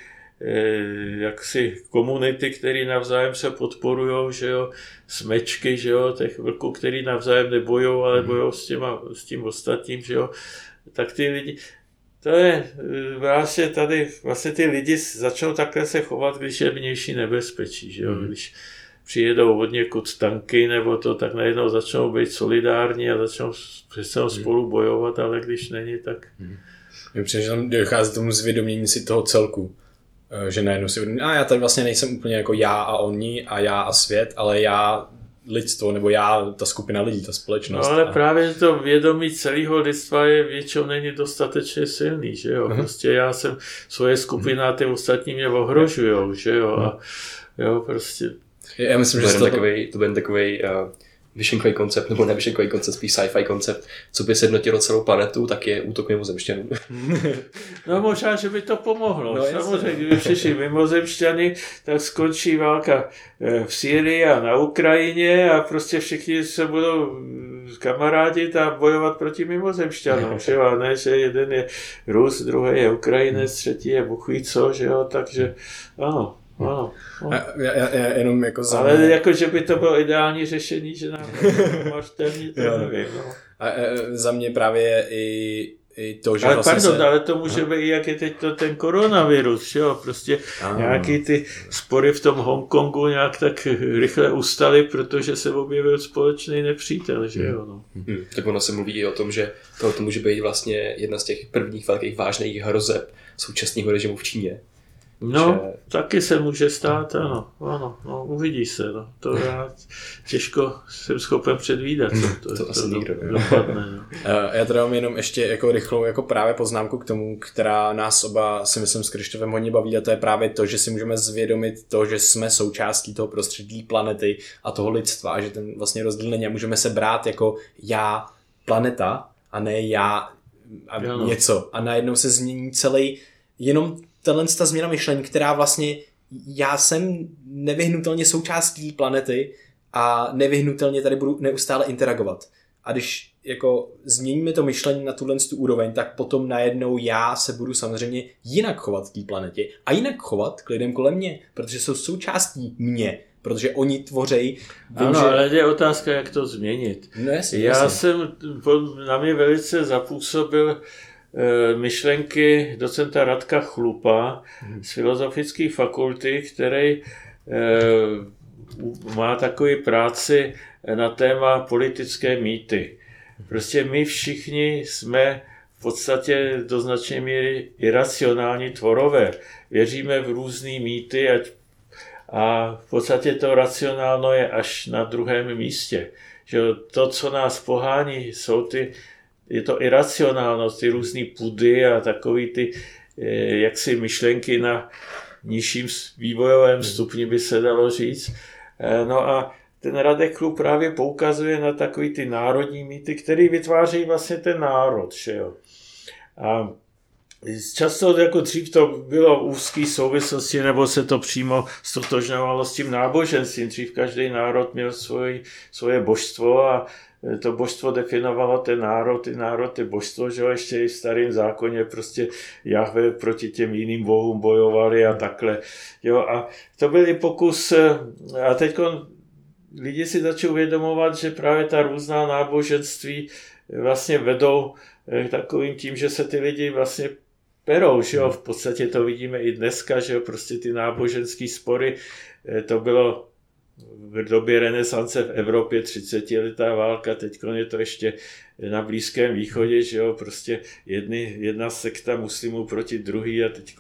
A: jaksi komunity, které navzájem se podporujou, že jo, smečky, že jo, těch vlků, který navzájem nebojou, ale bojou s, těma, s tím ostatním, že jo, tak ty lidi, to je vlastně tady, vlastně ty lidi začnou takhle se chovat, když je vnější nebezpečí, že jo, když přijedou od někud tanky nebo to, tak najednou začnou být solidární a začnou přestanou spolu bojovat, ale když není, tak...
D: Mně přijde, že tam dochází tomu zvědomění si toho celku. Že najednou si uvědomí, a já tady vlastně nejsem úplně jako já a oni a já a svět, ale já lidstvo, nebo já, ta skupina lidí, ta společnost.
A: No ale
D: a...
A: právě to vědomí celého lidstva je většinou není dostatečně silný, že jo. Prostě já jsem svoje skupina a ty ostatní mě ohrožujou, že jo. A jo, prostě.
C: Já myslím, že to bude takový, to bude takový uh, myšlenkový koncept, nebo ne myšlenkový koncept, spíš sci-fi koncept, co by sjednotilo celou planetu, tak je útok mimozemšťanů.
A: No možná, že by to pomohlo.
D: No,
A: samozřejmě, kdyby přišli mimozemšťany, tak skončí válka v Sýrii a na Ukrajině a prostě všichni se budou kamarádit a bojovat proti mimozemšťanům. Že jo? A ne, že jeden je Rus, druhý je Ukrajinec, třetí je buchví co, že jo, takže ano. Ano, no.
D: já, já, já jenom jako za
A: ale mě... jako, že by to bylo ideální řešení, že nám máš téměř, to nevím. No.
D: A, a, za mě právě i, i to, že
A: ale
D: vlastně
A: pardon,
D: se...
A: ale to může být, jak je teď to ten koronavirus, že jo, prostě ano. Nějaký ty spory v tom Hongkongu nějak tak rychle ustaly, protože se objevil společný nepřítel, že jo. No.
C: Hmm. Tak ono se mluví i o tom, že to, to může být vlastně jedna z těch prvních velkých vážných hrozeb současného režimu v Číně.
A: No, že... taky se může stát, ano, ano, no, uvidí se, no, to já těžko jsem schopen předvídat, co to,
C: to,
A: to,
C: asi
A: to
C: nikdo,
A: do, dopadne. No.
D: Já teda mám jenom ještě jako rychlou jako právě poznámku k tomu, která nás oba si myslím s Krištofem hodně baví, a to je právě to, že si můžeme zvědomit to, že jsme součástí toho prostředí planety a toho lidstva, a že ten vlastně rozdíl není a můžeme se brát jako já planeta a ne já a něco, a najednou se změní celý jenom tenhle ta změna myšlení, která vlastně já jsem nevyhnutelně součástí planety a nevyhnutelně tady budu neustále interagovat. A když jako změníme to myšlení na tuhle tu úroveň, tak potom najednou já se budu samozřejmě jinak chovat k té planetě a jinak chovat k lidem kolem mě, protože jsou součástí mě, protože oni tvořejí.
A: Ano, že... ale je otázka, jak to změnit.
D: No jasně,
A: já
D: jasně.
A: jsem, na mě velice zapůsobil myšlenky docenta Radka Chlupa z Filozofické fakulty, který má takový práci na téma politické mýty. Prostě my všichni jsme v podstatě do značné míry iracionální tvorové. Věříme v různé mýty ať, a v podstatě to racionálno je až na druhém místě. Že to, co nás pohání, jsou ty je to iracionálnost, ty různý pudy a takový ty jaksi myšlenky na nižším vývojovém stupni, by se dalo říct. No a ten Radek Chlup právě poukazuje na takový ty národní mýty, který vytváří vlastně ten národ. Že jo? A často jako dřív to bylo úzký souvislosti, nebo se to přímo stotožňovalo s tím náboženstvím. Dřív každý národ měl svoje, svoje božstvo a to božstvo definovalo ten národ, ty národ, ty božstvo, že jo, ještě i v starém zákoně prostě Jahve proti těm jiným bohům bojovali a takhle. Jo, a to byl i pokus, a teď lidi si začali uvědomovat, že právě ta různá náboženství vlastně vedou k takovým tím, že se ty lidi vlastně perou, že jo, v podstatě to vidíme i dneska, že jo, prostě ty náboženský spory, to bylo v době renesance v Evropě třicetiletá válka, teď je to ještě na Blízkém východě, že jo, prostě jedny, jedna sekta muslimů proti druhý a teď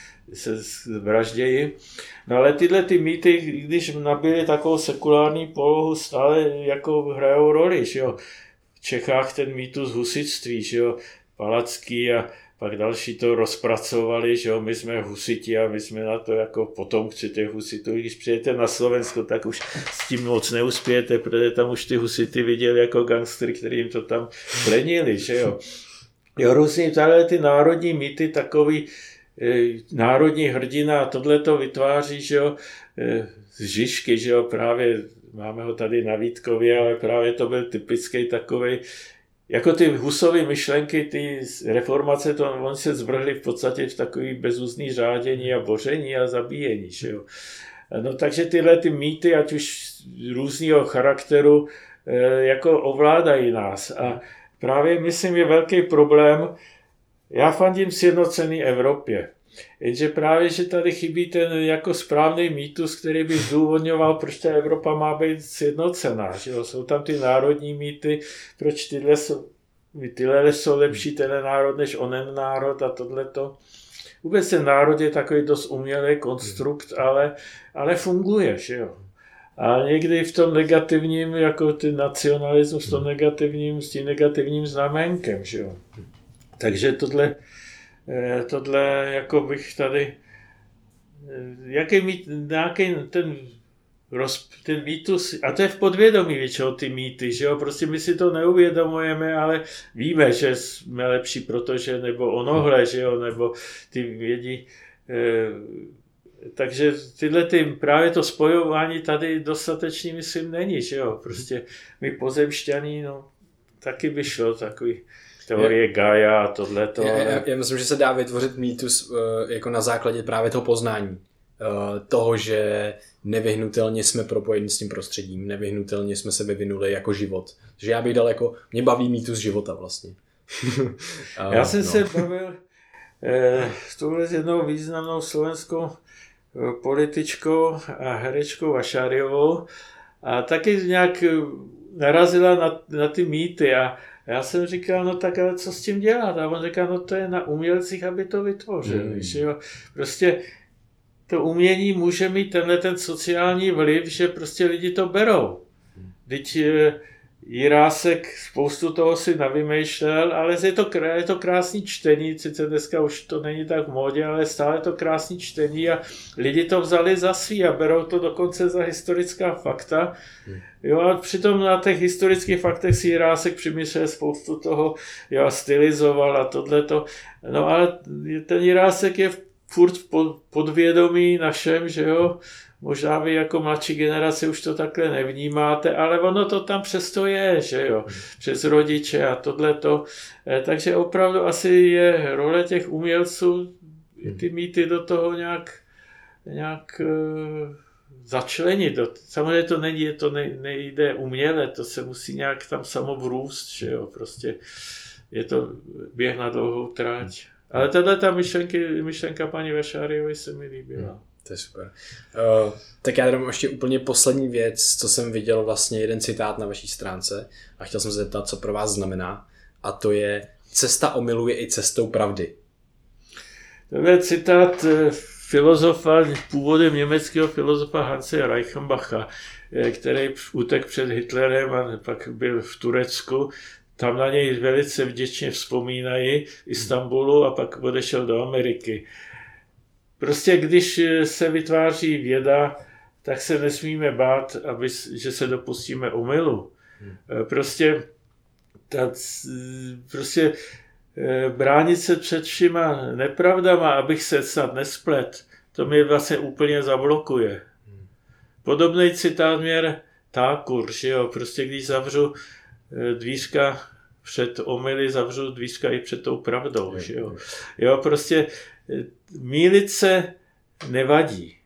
A: se vraždějí. No ale tyhle ty mýty, když nabyly takovou sekulární polohu, stále jako hrajou roli, že jo. V Čechách ten mýtus husitství, že jo, Palacký a pak další to rozpracovali, že jo, my jsme husiti a my jsme na to jako potomci těch husitů. Když přijete na Slovensko, tak už s tím moc neuspějete, protože tam už ty husity viděli jako gangstry, který jim to tam plenili, že jo. Jo, různý tady ty národní mýty, takový e, národní hrdina a tohle to vytváří, že jo, e, z Žižky, že jo, právě máme ho tady na Vítkově, ale právě to byl typický takovej. Jako ty Husovy myšlenky, ty reformace, to oni se zvrhli v podstatě v takový bezúzný řádění a boření a zabíjení. Že jo? No takže tyhle ty mýty, ať už různýho charakteru, jako ovládají nás. A právě myslím je velký problém, já fandím sjednocený Evropě. Jenže právě, že tady chybí ten jako správný mýtus, který by zdůvodňoval, proč ta Evropa má být sjednocená. Že jo? Jsou tam ty národní mýty, proč tyhle jsou, tyhle jsou lepší ten národ než onen národ a tohleto. Vůbec ten národ je takový dost umělý konstrukt, ale, ale funguje. Že jo? A někdy v tom negativním, jako ty nacionalismus, v tom negativním, s tím negativním znamenkem, že jo. Takže tohle, tohle jako bych tady, jaký mít, nějaký ten, roz, ten mýtus, a to je v podvědomí většinou ty mýty, že jo, prostě my si to neuvědomujeme, ale víme, že jsme lepší protože, nebo onohle, že jo, nebo ty vědí, takže tyhle ty, právě to spojování tady dostatečný, myslím, není, že jo, prostě my pozemšťaní, no, taky by šlo takový teorie Gaia a tohleto.
D: Já, já, já myslím, že se dá vytvořit mýtus uh, jako na základě právě toho poznání. Uh, toho, že nevyhnutelně jsme propojeni s tím prostředím, nevyhnutelně jsme se vyvinuli jako život. Takže já bych dal jako, mě baví mýtus života vlastně. uh,
A: já jsem
D: no.
A: se bavil eh, s touhle jednou významnou slovenskou političkou a herečkou Vašáriovou a taky nějak narazila na, na ty mýty a já jsem říkal, no tak ale co s tím dělat? A on říkal, no to je na umělcích, aby to vytvořili. Mm. Že jo? Prostě to umění může mít tenhle ten sociální vliv, že prostě lidi to berou. Vždyť Jirásek spoustu toho si navymýšlel, ale je to, je to krásný čtení, sice dneska už to není tak v módě, ale stále je to krásný čtení a lidi to vzali za svý a berou to dokonce za historická fakta. Jo, a přitom na těch historických faktech si Jirásek přimyslel spoustu toho, jo, stylizoval a tohleto. No ale ten Jirásek je furt v podvědomí našem, že jo, možná vy jako mladší generace už to takhle nevnímáte, ale ono to tam přesto je, že jo, přes rodiče a tohleto. Takže opravdu asi je role těch umělců ty mýty do toho nějak, nějak uh, začlenit. Samozřejmě to není, to ne, nejde uměle, to se musí nějak tam samo vrůst, že jo, prostě je to běh na dlouhou tráť. Ale tato ta myšlenky, myšlenka paní Vašáriové se mi líbila.
D: To je super. Uh, tak já dám ještě úplně poslední věc, co jsem viděl, vlastně jeden citát na vaší stránce a chtěl jsem se zeptat, co pro vás znamená, a to je: cesta omylu je i cestou pravdy.
A: To je citát filozofa, původem německého filozofa Hanse Reichenbacha, který utekl před Hitlerem a pak byl v Turecku. Tam na něj velice vděčně vzpomínají v Istanbulu a pak odešel do Ameriky. Prostě když se vytváří věda, tak se nesmíme bát, aby, že se dopustíme omylu. Prostě, ta, prostě bránit se před všema nepravdama, abych se snad nesplet, to mě vlastně úplně zablokuje. Podobný citát měl Thakur, že jo, prostě když zavřu dvířka před omyly, zavřu dvířka i před tou pravdou, že jo. Jo, prostě mýlit se nevadí.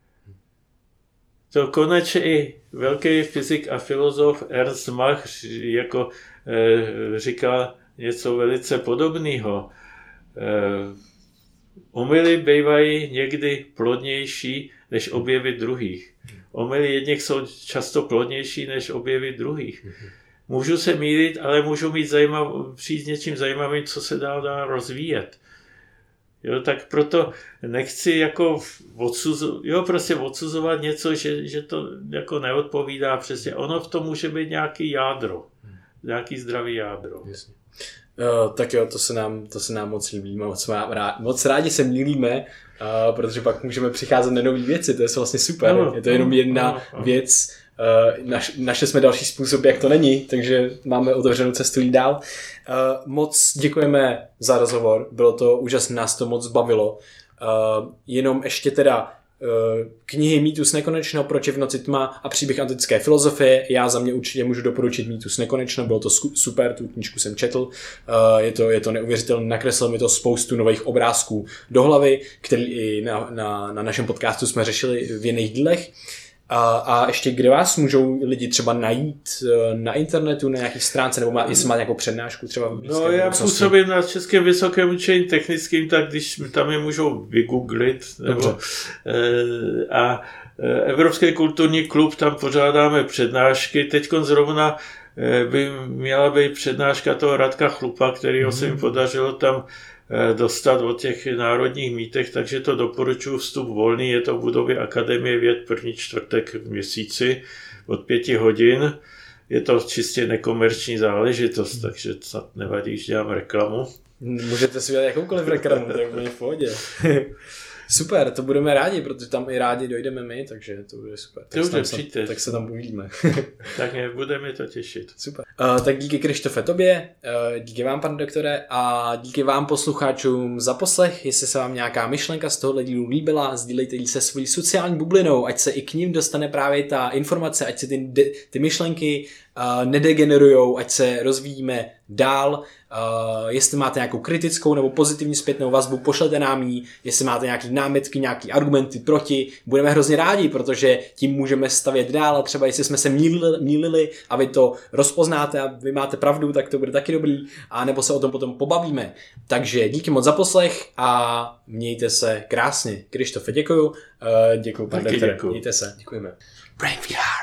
A: To konečně i velký fyzik a filozof Ernst Mach jako e, říká něco velice podobného. E, omyly bývají někdy plodnější než objevy druhých. Omyly jedněch jsou často plodnější než objevy druhých. Můžu se mýlit, ale můžu mít zajímav, přijít s něčím zajímavým, co se dá, dá rozvíjet. Jo, tak proto nechci jako odsuzovat, jo, prostě odsuzovat něco, že, že to jako neodpovídá přesně. Ono v tom může být nějaký jádro, nějaký zdravý jádro.
D: Jasně. Uh, tak jo, to se nám, to se nám moc líbí, moc, rád, moc rádi se mýlíme, uh, protože pak můžeme přicházet na nové věci, to je vlastně super. No, je to jenom jedna no, no. věc, uh, naš, našli jsme další způsob, jak to není, takže máme otevřenou cestu jít dál. Uh, moc děkujeme za rozhovor, bylo to úžasné, nás to moc bavilo. Uh, jenom ještě teda knihy Mýtus nekonečno, Proč je v noci tma a Příběh antické filozofie. Já za mě určitě můžu doporučit Mýtus nekonečno, bylo to super, tu knížku jsem četl. Je to, je to neuvěřitelné, nakreslil mi to spoustu nových obrázků do hlavy, který i na, na, na našem podcastu jsme řešili v jiných dílech. A, a ještě kde vás můžou lidi třeba najít na internetu, na nějakých stránce, nebo má, jestli má nějakou přednášku třeba v
A: No já působím na Českém vysokém učení technickým, tak když tam je můžou vygooglit. Nebo, e, a Evropský kulturní klub, tam pořádáme přednášky. Teďkon zrovna by měla být přednáška toho Radka Chlupa, kterýho mm-hmm. se mi podařilo tam dostat o těch národních mýtech, takže to doporučuji vstup volný, je to v budově Akademie věd první čtvrtek v měsíci od pěti hodin. Je to čistě nekomerční záležitost, takže snad nevadí, když dělám reklamu.
D: Můžete si udělat jakoukoliv reklamu, to je úplně v pohodě. Super, to budeme rádi, protože tam i rádi dojdeme my, takže to bude super.
A: To
D: tak,
A: už
D: se, tak se tam uvidíme.
A: Tak mě bude mi to těšit.
D: Super. Uh, tak díky Krištofe tobě, uh, díky vám, pane doktore, a díky vám posluchačům za poslech. Jestli se vám nějaká myšlenka z tohohle dílu líbila, sdílejte ji se svojí sociální bublinou, ať se i k ním dostane právě ta informace, ať se ty, ty myšlenky uh, nedegenerujou, ať se rozvíjíme dál. Uh, jestli máte nějakou kritickou nebo pozitivní zpětnou vazbu, pošlete nám ji. Jestli máte nějaké námitky, nějaké argumenty proti, budeme hrozně rádi, protože tím můžeme stavět dál. A třeba jestli jsme se mýlili, mýlili a vy to rozpoznáte a vy máte pravdu, tak to bude taky dobrý. A nebo se o tom potom pobavíme. Takže díky moc za poslech a mějte se krásně. Krištofe, děkuju. Uh, děkuju, pane doktore. Mějte se.
C: Děkujeme.
D: Brain V R.